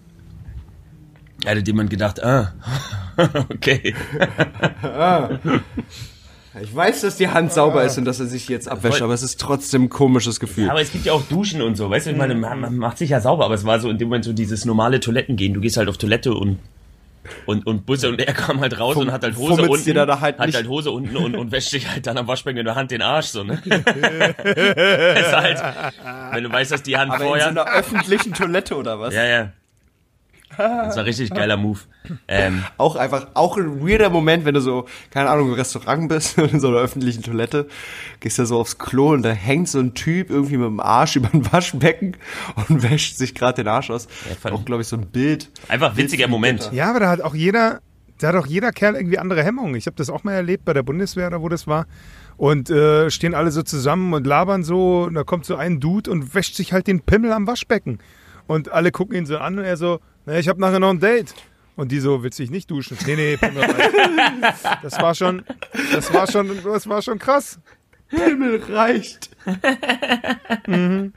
Er hatte jemand gedacht, ah, okay. ah. Ich weiß, dass die Hand sauber ah. ist und dass er sich jetzt abwäscht, aber es ist trotzdem ein komisches Gefühl. Ja, aber es gibt ja auch Duschen und so, weißt du, ich meine, man, man macht sich ja sauber, aber es war so in dem Moment so dieses normale Toilettengehen. Du gehst halt auf Toilette und und und Busse und er kam halt raus Fum, und hat halt Hose unten, da halt, hat halt Hose unten und, und wäscht sich halt dann am Waschbecken in der Hand den Arsch, so, ne? Es ist halt, wenn du weißt, dass die Hand aber vorher... in so einer öffentlichen Toilette oder was? Ja, ja. Das war ein richtig geiler Move. Ähm, auch einfach, auch ein weirder Moment, wenn du so, keine Ahnung, im Restaurant bist, in so einer öffentlichen Toilette, gehst da so aufs Klo und da hängt so ein Typ irgendwie mit dem Arsch über ein Waschbecken und wäscht sich gerade den Arsch aus. Ja, auch, glaube ich, so ein Bild. Einfach witziger Moment. Ja, aber da hat auch jeder, da hat auch jeder Kerl irgendwie andere Hemmungen. Ich habe das auch mal erlebt bei der Bundeswehr, da wo das war. Und äh, stehen alle so zusammen und labern so und da kommt so ein Dude und wäscht sich halt den Pimmel am Waschbecken. Und alle gucken ihn so an und er so, naja, ich habe nachher noch ein Date. Und die so, willst du dich nicht duschen? Nee, nee, Pimmel reicht. Das war schon, das war schon, das war schon krass. Pimmel reicht. mhm.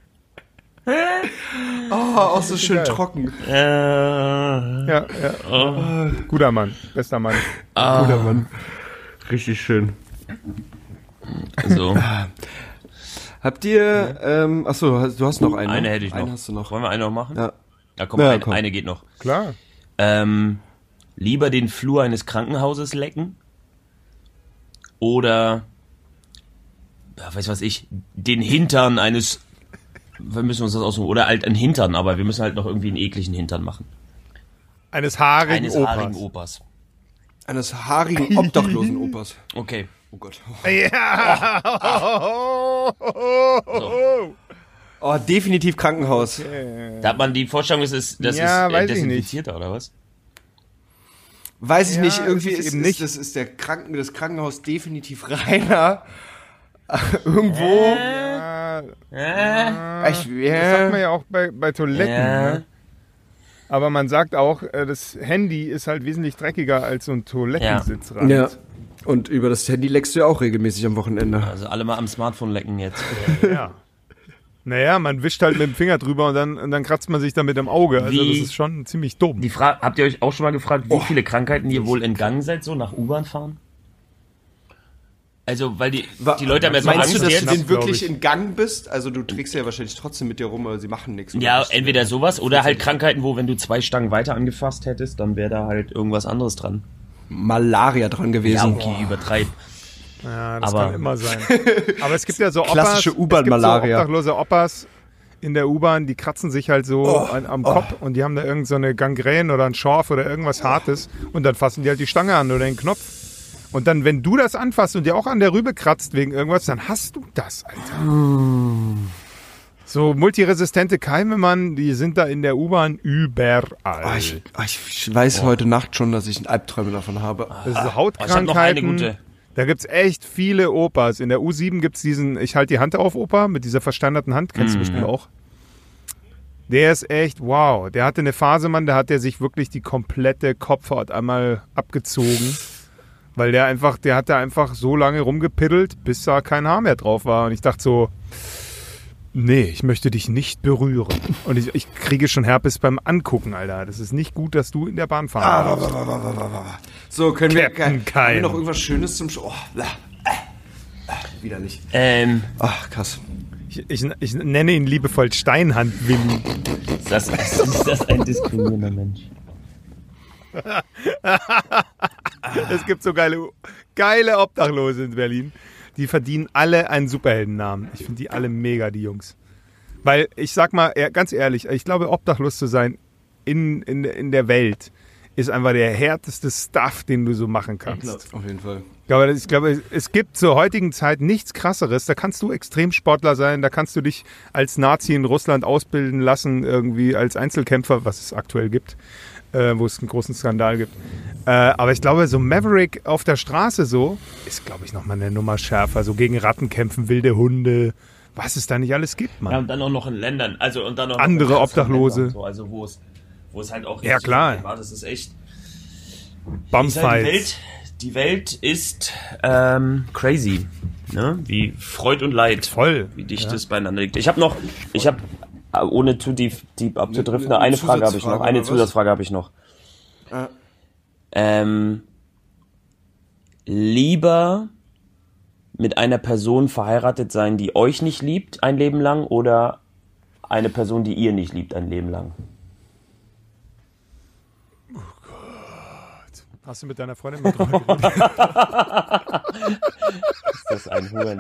Oh, auch so schön geil. Trocken. Äh, ja, ja. Oh. Guter Mann, bester Mann. Ah. Guter Mann. Richtig schön. So. Habt ihr, ähm, achso, du hast noch eine. Eine hätte ich noch. Eine hast du noch. Wollen wir eine noch machen? Ja. Ja, komm, Ja, ein, komm. eine geht noch. Klar. Ähm, lieber den Flur eines Krankenhauses lecken oder, ja, weiß was ich, den Hintern eines, wir müssen uns das aussuchen, oder halt einen Hintern, aber wir müssen halt noch irgendwie einen ekligen Hintern machen. Eines haarigen Eines Opas. haarigen Opas. Eines haarigen, obdachlosen Opas. Okay. Oh Gott. Ja. So. Oh, definitiv Krankenhaus. Da hat man die Vorstellung, das ist, das Ja, ist weiß äh, ich nicht. desinfizierter, oder was? Weiß ich Ja, nicht, irgendwie ist es ist, eben ist, nicht. das ist der Kranken, das Krankenhaus definitiv reiner. Irgendwo. Ja, Äh, Ich, das sagt ja. man ja auch bei, bei Toiletten. Ja. Ne? Aber man sagt auch, äh, das Handy ist halt wesentlich dreckiger als so ein Toilettensitzrand. ja. Und über das Handy leckst du ja auch regelmäßig am Wochenende. Also alle mal am Smartphone lecken jetzt. Ja. Naja, man wischt halt mit dem Finger drüber und dann, und dann kratzt man sich damit im Auge. Also Wie- das ist schon ziemlich dumm. Die Frage, habt ihr euch auch schon mal gefragt, wie viele Krankheiten ihr wohl entgangen seid, so nach U-Bahn fahren? Also, weil die, die Leute haben ja so Meinst Angst du, dass jetzt. du den glaub wirklich ich. in Gang bist? Also du trägst ja wahrscheinlich trotzdem mit dir rum, aber sie machen nichts. oder Ja, bist du- entweder sowas oder halt Krankheiten, wo wenn du zwei Stangen weiter angefasst hättest, dann wäre da halt irgendwas anderes dran. Malaria dran Ja, gewesen. okay, übertreib. Ja, das Aber- kann immer sein. Aber es gibt ja so Opas, Klassische U-Bahn-Malaria. Es gibt so obdachlose Opas in der U-Bahn, die kratzen sich halt so Oh, an, am Kopf und die haben da irgend so eine Gangrän oder einen Schorf oder irgendwas Hartes und dann fassen die halt die Stange an oder den Knopf. Und dann, wenn du das anfasst und dir auch an der Rübe kratzt wegen irgendwas, dann hast du das, Alter. So multiresistente Keime, Mann, die sind da in der U-Bahn überall. Ah, ich, ah, ich weiß heute Nacht schon, dass ich Albträume davon habe. Das ist Oh, ich hab noch eine Hautkrankheiten. gute. Da gibt's echt viele Opas. In der U sieben gibt's diesen Ich halte die Hand auf Opa mit dieser versteinerten Hand. Kennst du bestimmt auch. Der ist echt, wow. Der hatte eine Phase, Mann, da hat der sich wirklich die komplette Kopfhaut einmal abgezogen. Weil der einfach, der hat da einfach so lange rumgepiddelt, bis da kein Haar mehr drauf war. Und ich dachte so, nee, ich möchte dich nicht berühren. Und ich, ich kriege schon Herpes beim Angucken, Alter. Das ist nicht gut, dass du in der Bahn fahren darfst. So, können wir, Captain haben wir Keim. noch irgendwas Schönes zum Sch Oh, blah, äh, äh, widerlich. Ähm, Ach, krass. Ich, ich, ich nenne ihn liebevoll Steinhand-Willi. ist das, ist das ein diskriminierender Mensch? Es gibt so geile, geile Obdachlose in Berlin. Die verdienen alle einen Superheldennamen. Ich finde die alle mega, die Jungs. Weil, ich sag mal, ehr- ganz ehrlich, ich glaube, obdachlos zu sein in, in, in der Welt ist einfach der härteste Stuff, den du so machen kannst. Auf jeden Fall. Ich glaube, ich glaube, es gibt zur heutigen Zeit nichts Krasseres. Da kannst du Extremsportler sein, da kannst du dich als Nazi in Russland ausbilden lassen, irgendwie als Einzelkämpfer, was es aktuell gibt, äh, wo es einen großen Skandal gibt. Äh, aber ich glaube, so Maverick auf der Straße so, ist, glaube ich, nochmal eine Nummer schärfer. So gegen Ratten kämpfen, wilde Hunde, was es da nicht alles gibt, Mann. Ja, und dann auch noch in Ländern, also und dann auch Andere noch in krasseren Obdachlose. Ländern, so, also wo es, wo es halt auch Ja, richtig klar. war, das ist echt. Bumfights. Ist halt die Welt, die Welt ist ähm, crazy, ne? Wie Freud und Leid, Voll. wie dicht es beieinander liegt. Ich habe noch, ich habe ohne zu deep, deep abzudriften, eine, eine Frage habe ich noch, Zusatzfrage, eine oder was? Zusatzfrage habe ich noch. Ah. Ähm, lieber mit einer Person verheiratet sein, die euch nicht liebt, ein Leben lang, oder eine Person, die ihr nicht liebt, ein Leben lang? Hast du mit deiner Freundin mal drüber geredet? Ist das ein Huren?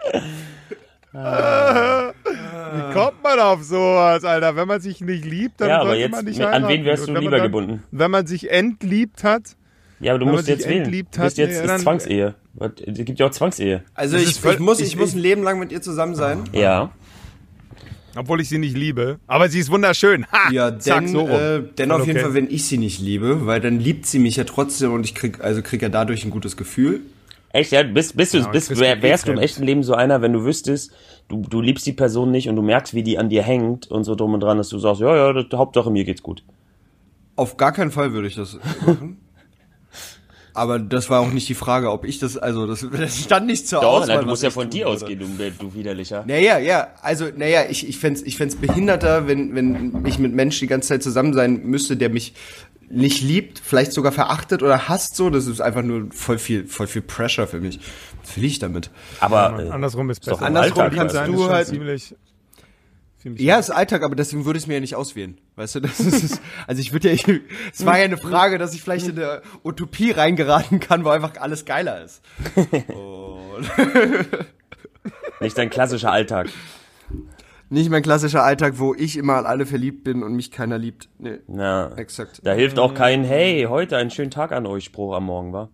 Wie kommt man auf sowas, Alter? Wenn man sich nicht liebt, dann Ja, aber sollte jetzt, man nicht mit- an heiraten. wen wärst Und du wenn man lieber dann, gebunden? Wenn man sich entliebt hat, Ja, aber du Wenn man musst sich jetzt wählen. entliebt Du bist hat, jetzt ja, ist dann- Zwangsehe. Es gibt ja auch Zwangsehe. Also Das ich, ist voll- ich, muss, ich- ich, muss ich- ein Leben lang mit ihr zusammen sein. Ja. obwohl ich sie nicht liebe, aber sie ist wunderschön. Ha! Ja, Zack, denn, so rum. äh, denn Voll auf jeden okay. Fall, wenn ich sie nicht liebe, weil dann liebt sie mich ja trotzdem und ich krieg, also krieg ja dadurch ein gutes Gefühl. Echt, ja? Bist, bist du, Ja, bist, Chris wär, wärst du im Fremd. echten Leben so einer, wenn du wüsstest, du, du liebst die Person nicht und du merkst, wie die an dir hängt und so drum und dran, dass du sagst, ja, ja, das, Hauptsache mir geht's gut. Auf gar keinen Fall würde ich das machen. Aber das war auch nicht die Frage, ob ich das, also das, das stand nicht zur Doch, Auswahl. na, du musst ja von dir würde. ausgehen, du, du widerlicher. Naja, ja, also, naja, ich, ich fänd's, ich fänd's behinderter, wenn, wenn ich mit Menschen die ganze Zeit zusammen sein müsste, der mich nicht liebt, vielleicht sogar verachtet oder hasst so. Das ist einfach nur voll viel, voll viel Pressure für mich. Was will ich damit? Aber Ja, äh, andersrum ist ist doch besser. im Andersrum Alltag, kannst weißt du halt- ziemlich, ziemlich Ja, ist Alltag, aber deswegen würde ich es mir ja nicht auswählen. Weißt du, das ist, also ich würde ja, ich, es war ja eine Frage, dass ich vielleicht in eine Utopie reingeraten kann, wo einfach alles geiler ist. Und nicht dein klassischer Alltag. nicht mein klassischer Alltag, wo ich immer an alle verliebt bin und mich keiner liebt. Nee, Ja, exakt. da hilft auch kein, hey, heute einen schönen Tag an euch Spruch am Morgen, wa?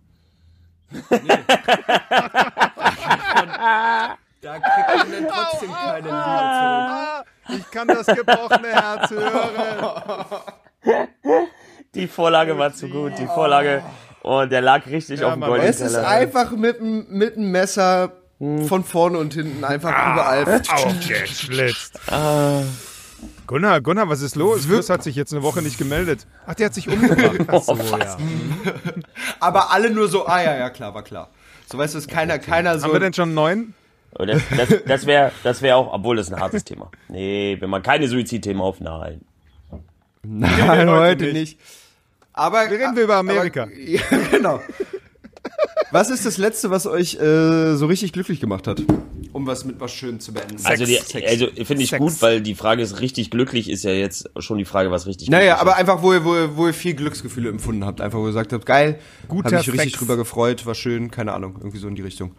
Da kriegt man dann trotzdem keine Liebe Ich kann das gebrochene Herz hören. Die Vorlage war zu gut, die Vorlage, oh, der lag richtig Ja, auf dem Mann. goldenen Es ist Teller. einfach mit dem mit dem Messer von vorne und hinten einfach überall. Aufgeschlitzt. Gunnar, Gunnar, was ist los? Chris hat sich jetzt eine Woche nicht gemeldet. Ach, der hat sich umgebracht. Ach so, ja. Aber alle nur so, ah ja, ja, klar, war klar. So weißt du, ist keiner, keiner so. Haben wir denn schon einen neuen? Und Das, das, das wäre das wär auch, obwohl das ist ein hartes Thema. Nee, wenn man keine Suizidthemen auf, nein. Nein, heute heute nicht. nicht. Aber Wir reden wir über Amerika. Aber, ja, genau. Was ist das Letzte, was euch äh, so richtig glücklich gemacht hat? Um was mit was Schönem zu beenden. Also, die, Sex. also finde ich Sex. gut, weil die Frage ist richtig glücklich, ist ja jetzt schon die Frage, was richtig Naja, glücklich aber ist. einfach, wo ihr, wo, ihr, wo ihr viel Glücksgefühle empfunden habt. Einfach, wo ihr gesagt habt, geil, Guter hab mich richtig Sex. drüber gefreut, war schön, keine Ahnung, irgendwie so in die Richtung.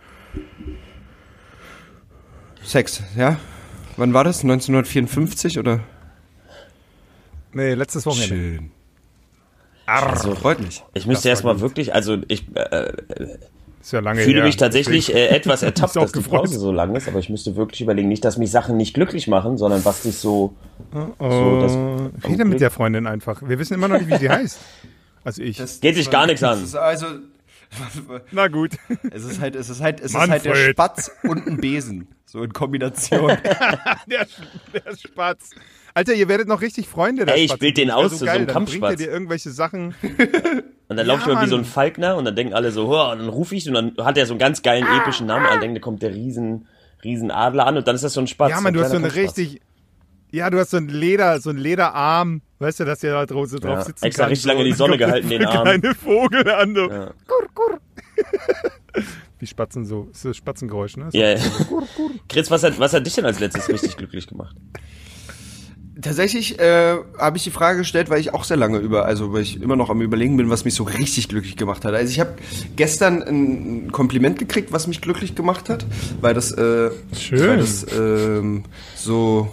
Sex, ja? Wann war das? neunzehnhundertvierundfünfzig oder? Nee, letztes Wochenende. Schön. Also, Freut mich. ich müsste erstmal wirklich, also ich äh, Ist ja lange fühle her. mich tatsächlich äh, etwas ertappt, Ist auch dass die gefreut. Pause so lang ist, aber ich müsste wirklich überlegen, nicht, dass mich Sachen nicht glücklich machen, sondern was dich so... Oh, so, das- rede mit der Freundin einfach. Wir wissen immer noch nicht, wie sie heißt. Also ich. Das, Geht dich gar nichts an. Das ist also, Na gut. es ist halt, es ist halt, es ist Manfred. halt der Spatz und ein Besen. So in Kombination. der, der Spatz. Alter, ihr werdet noch richtig Freunde. Der Ey, ich Spatz. bild den Das wär aus zu so geil. einem Dann bringt er Kampfspatz. dir irgendwelche Sachen. Und dann laufe ich Ja, mal wie so ein Mann. Falkner und dann denken alle so, oh, und dann rufe ich und dann hat er so einen ganz geilen epischen Namen, alle denken, da kommt der riesen, riesen Adler an und dann ist das so ein Spatz. Ja, man, du ein hast so eine kleiner Kampfspatz. richtig. Ja, du hast so ein Leder, so ein Lederarm. Weißt du, dass der da drauf, so drauf Ja, sitzen extra kann. richtig lange in die So. Sonne gehalten, den Arm. Kleine Vogel an. So. Ja. Kurr, kurr. Wie Spatzen so. Ist das Spatzengeräusch, ne? So. Ja, ja. Chris, was hat, was hat dich denn als letztes richtig glücklich gemacht? Tatsächlich äh, habe ich die Frage gestellt, weil ich auch sehr lange über, also weil ich immer noch am Überlegen bin, was mich so richtig glücklich gemacht hat. Also ich habe gestern ein Kompliment gekriegt, was mich glücklich gemacht hat, weil das, äh, Schön. weil das ähm, so.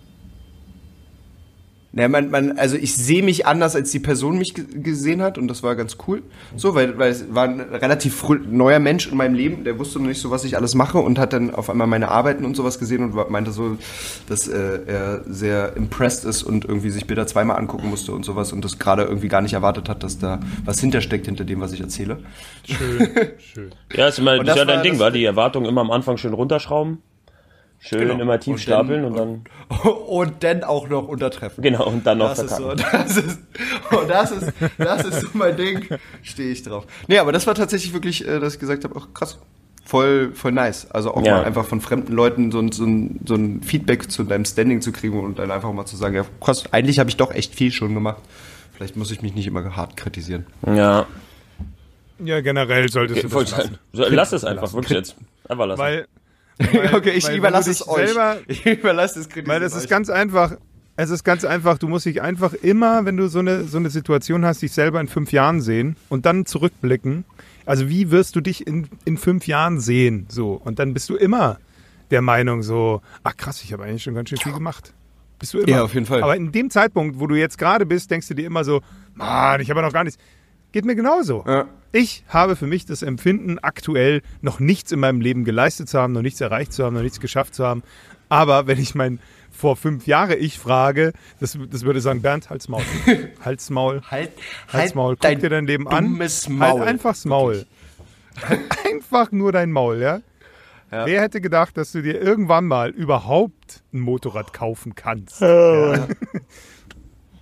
Naja, man, man, also ich sehe mich anders, als die Person mich g- gesehen hat und das war ganz cool. So, weil, weil es war ein relativ früh, neuer Mensch in meinem Leben, der wusste noch nicht so, was ich alles mache und hat dann auf einmal meine Arbeiten und sowas gesehen und war- meinte so, dass äh, er sehr impressed ist und irgendwie sich Bilder zweimal angucken musste und sowas und das gerade irgendwie gar nicht erwartet hat, dass da was hintersteckt hinter dem, was ich erzähle. Schön, schön. Ja, ist, immer, Und ist das ja dein war Ding, das- war die Erwartung immer am Anfang schön runterschrauben, schön Genau. immer tief Und stapeln dann- und dann, Und dann auch noch untertreffen. genau, und dann noch Das ist verkacken. so, das ist, oh, das ist, das ist so mein Ding. Stehe ich drauf. Nee, aber das war tatsächlich wirklich, äh, dass ich gesagt habe, ach krass, voll, voll nice. Also auch Ja. mal einfach von fremden Leuten so ein, so, ein, so ein Feedback zu deinem Standing zu kriegen und dann einfach mal zu sagen, ja krass, eigentlich habe ich doch echt viel schon gemacht. Vielleicht muss ich mich nicht immer hart kritisieren. Ja, Ja, generell solltest du das lassen. lass es einfach, wirklich jetzt. Einfach lassen. Weil, weil, Okay, ich weil wenn überlasse du es dich euch. Selber, Ich überlasse es kritisieren weil das ist euch. ganz einfach. Es ist ganz einfach. Du musst dich einfach immer, wenn du so eine, so eine Situation hast, dich selber in fünf Jahren sehen und dann zurückblicken. Also wie wirst du dich in, in fünf Jahren sehen? So. Und dann bist du immer der Meinung so, ach krass, ich habe eigentlich schon ganz schön viel gemacht. Bist du immer. Ja, auf jeden Fall. Aber in dem Zeitpunkt, wo du jetzt gerade bist, denkst du dir immer so, Mann, ich habe ja noch gar nichts. Geht mir genauso. Ja. Ich habe für mich das Empfinden, aktuell noch nichts in meinem Leben geleistet zu haben, noch nichts erreicht zu haben, noch nichts geschafft zu haben. Aber wenn ich mein vor fünf Jahre ich frage, das, das würde sagen, Bernd, halt's Maul. Halt's Maul. Halt, Halt's Maul. Guck dein dir dein Leben an. dummes Maul. Halt einfach das Maul. Halt einfach nur dein Maul, ja? Ja. Wer hätte gedacht, dass du dir irgendwann mal überhaupt ein Motorrad kaufen kannst? Ja.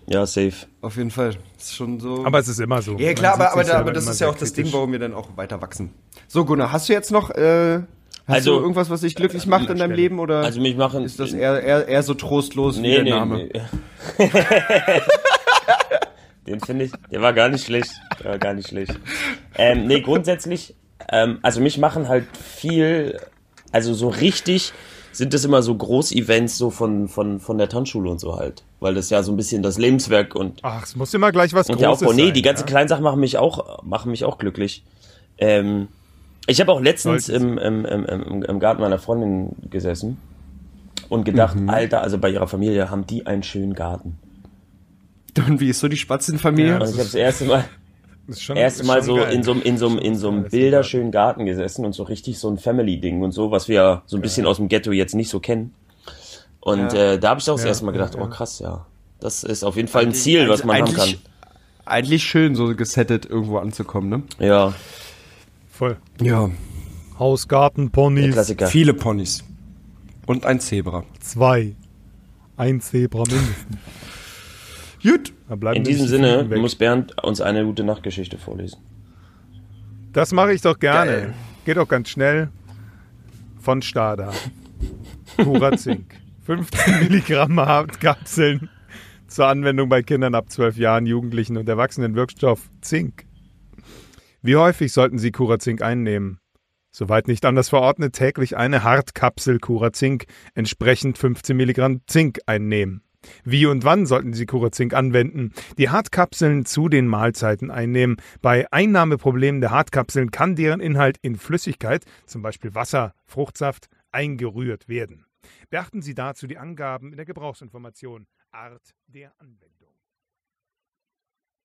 Ja, safe. Auf jeden Fall. Das ist schon so. Aber es ist immer so. Ja, klar, aber, aber, da, aber das ist ja auch das Ding, warum wir dann auch weiter wachsen. So, Gunnar, hast du jetzt noch äh, hast also, du irgendwas, was dich glücklich macht in deinem Leben? Oder also mich machen, ist das eher, eher, eher so trostlos nee, wie der nee, Name? Nee. Den finde ich, der war gar nicht schlecht. Der war gar nicht schlecht. Ähm, nee, grundsätzlich, ähm, also mich machen halt viel, also so richtig sind das immer so Groß-Events so von, von, von der Tanzschule und so halt. Weil das ja so ein bisschen das Lebenswerk und. Ach, es muss immer gleich was und Großes der Aufbau. Nee, sein, die ganzen ja? kleinen Sachen machen mich auch, machen mich auch glücklich. Ähm, ich habe auch letztens im, im, im, im, im Garten meiner Freundin gesessen und gedacht, mhm. Alter, also bei ihrer Familie haben die einen schönen Garten. Und wie ist so die Spatzenfamilie? Ja, und ich habe das erste Mal, ist schon, erste ist Mal schon so geil. in so, in so, in so einem bilderschönen Garten gesessen und so richtig so ein Family-Ding und so, was wir so ein bisschen aus dem Ghetto jetzt nicht so kennen. Und ja. äh, da habe ich auch das ja, erste Mal gedacht, ja, ja. oh krass, ja, das ist auf jeden Fall ein Ziel, was man haben kann. Eigentlich schön, so gesettet irgendwo anzukommen, ne? Ja. Voll. Ja. Haus, Garten, Ponys. Klassiker. Viele Ponys. Und ein Zebra. Zwei. Ein Zebra mindestens. Gut. Da bleiben In diesem Sinne muss Bernd uns eine gute Nachtgeschichte vorlesen. Das mache ich doch gerne. Geil. Geht doch ganz schnell. Von Stada. Curazink. fünfzehn Milligramm Hartkapseln zur Anwendung bei Kindern ab zwölf Jahren, Jugendlichen und Erwachsenen. Wirkstoff Zink. Wie häufig sollten Sie Curazink einnehmen? Soweit nicht anders verordnet, täglich eine Hartkapsel Curazink, entsprechend fünfzehn Milligramm Zink einnehmen. Wie und wann sollten Sie Curazink anwenden? Die Hartkapseln zu den Mahlzeiten einnehmen. Bei Einnahmeproblemen der Hartkapseln kann deren Inhalt in Flüssigkeit, zum Beispiel Wasser, Fruchtsaft, eingerührt werden. Beachten Sie dazu die Angaben in der Gebrauchsinformation. Art der Anwendung.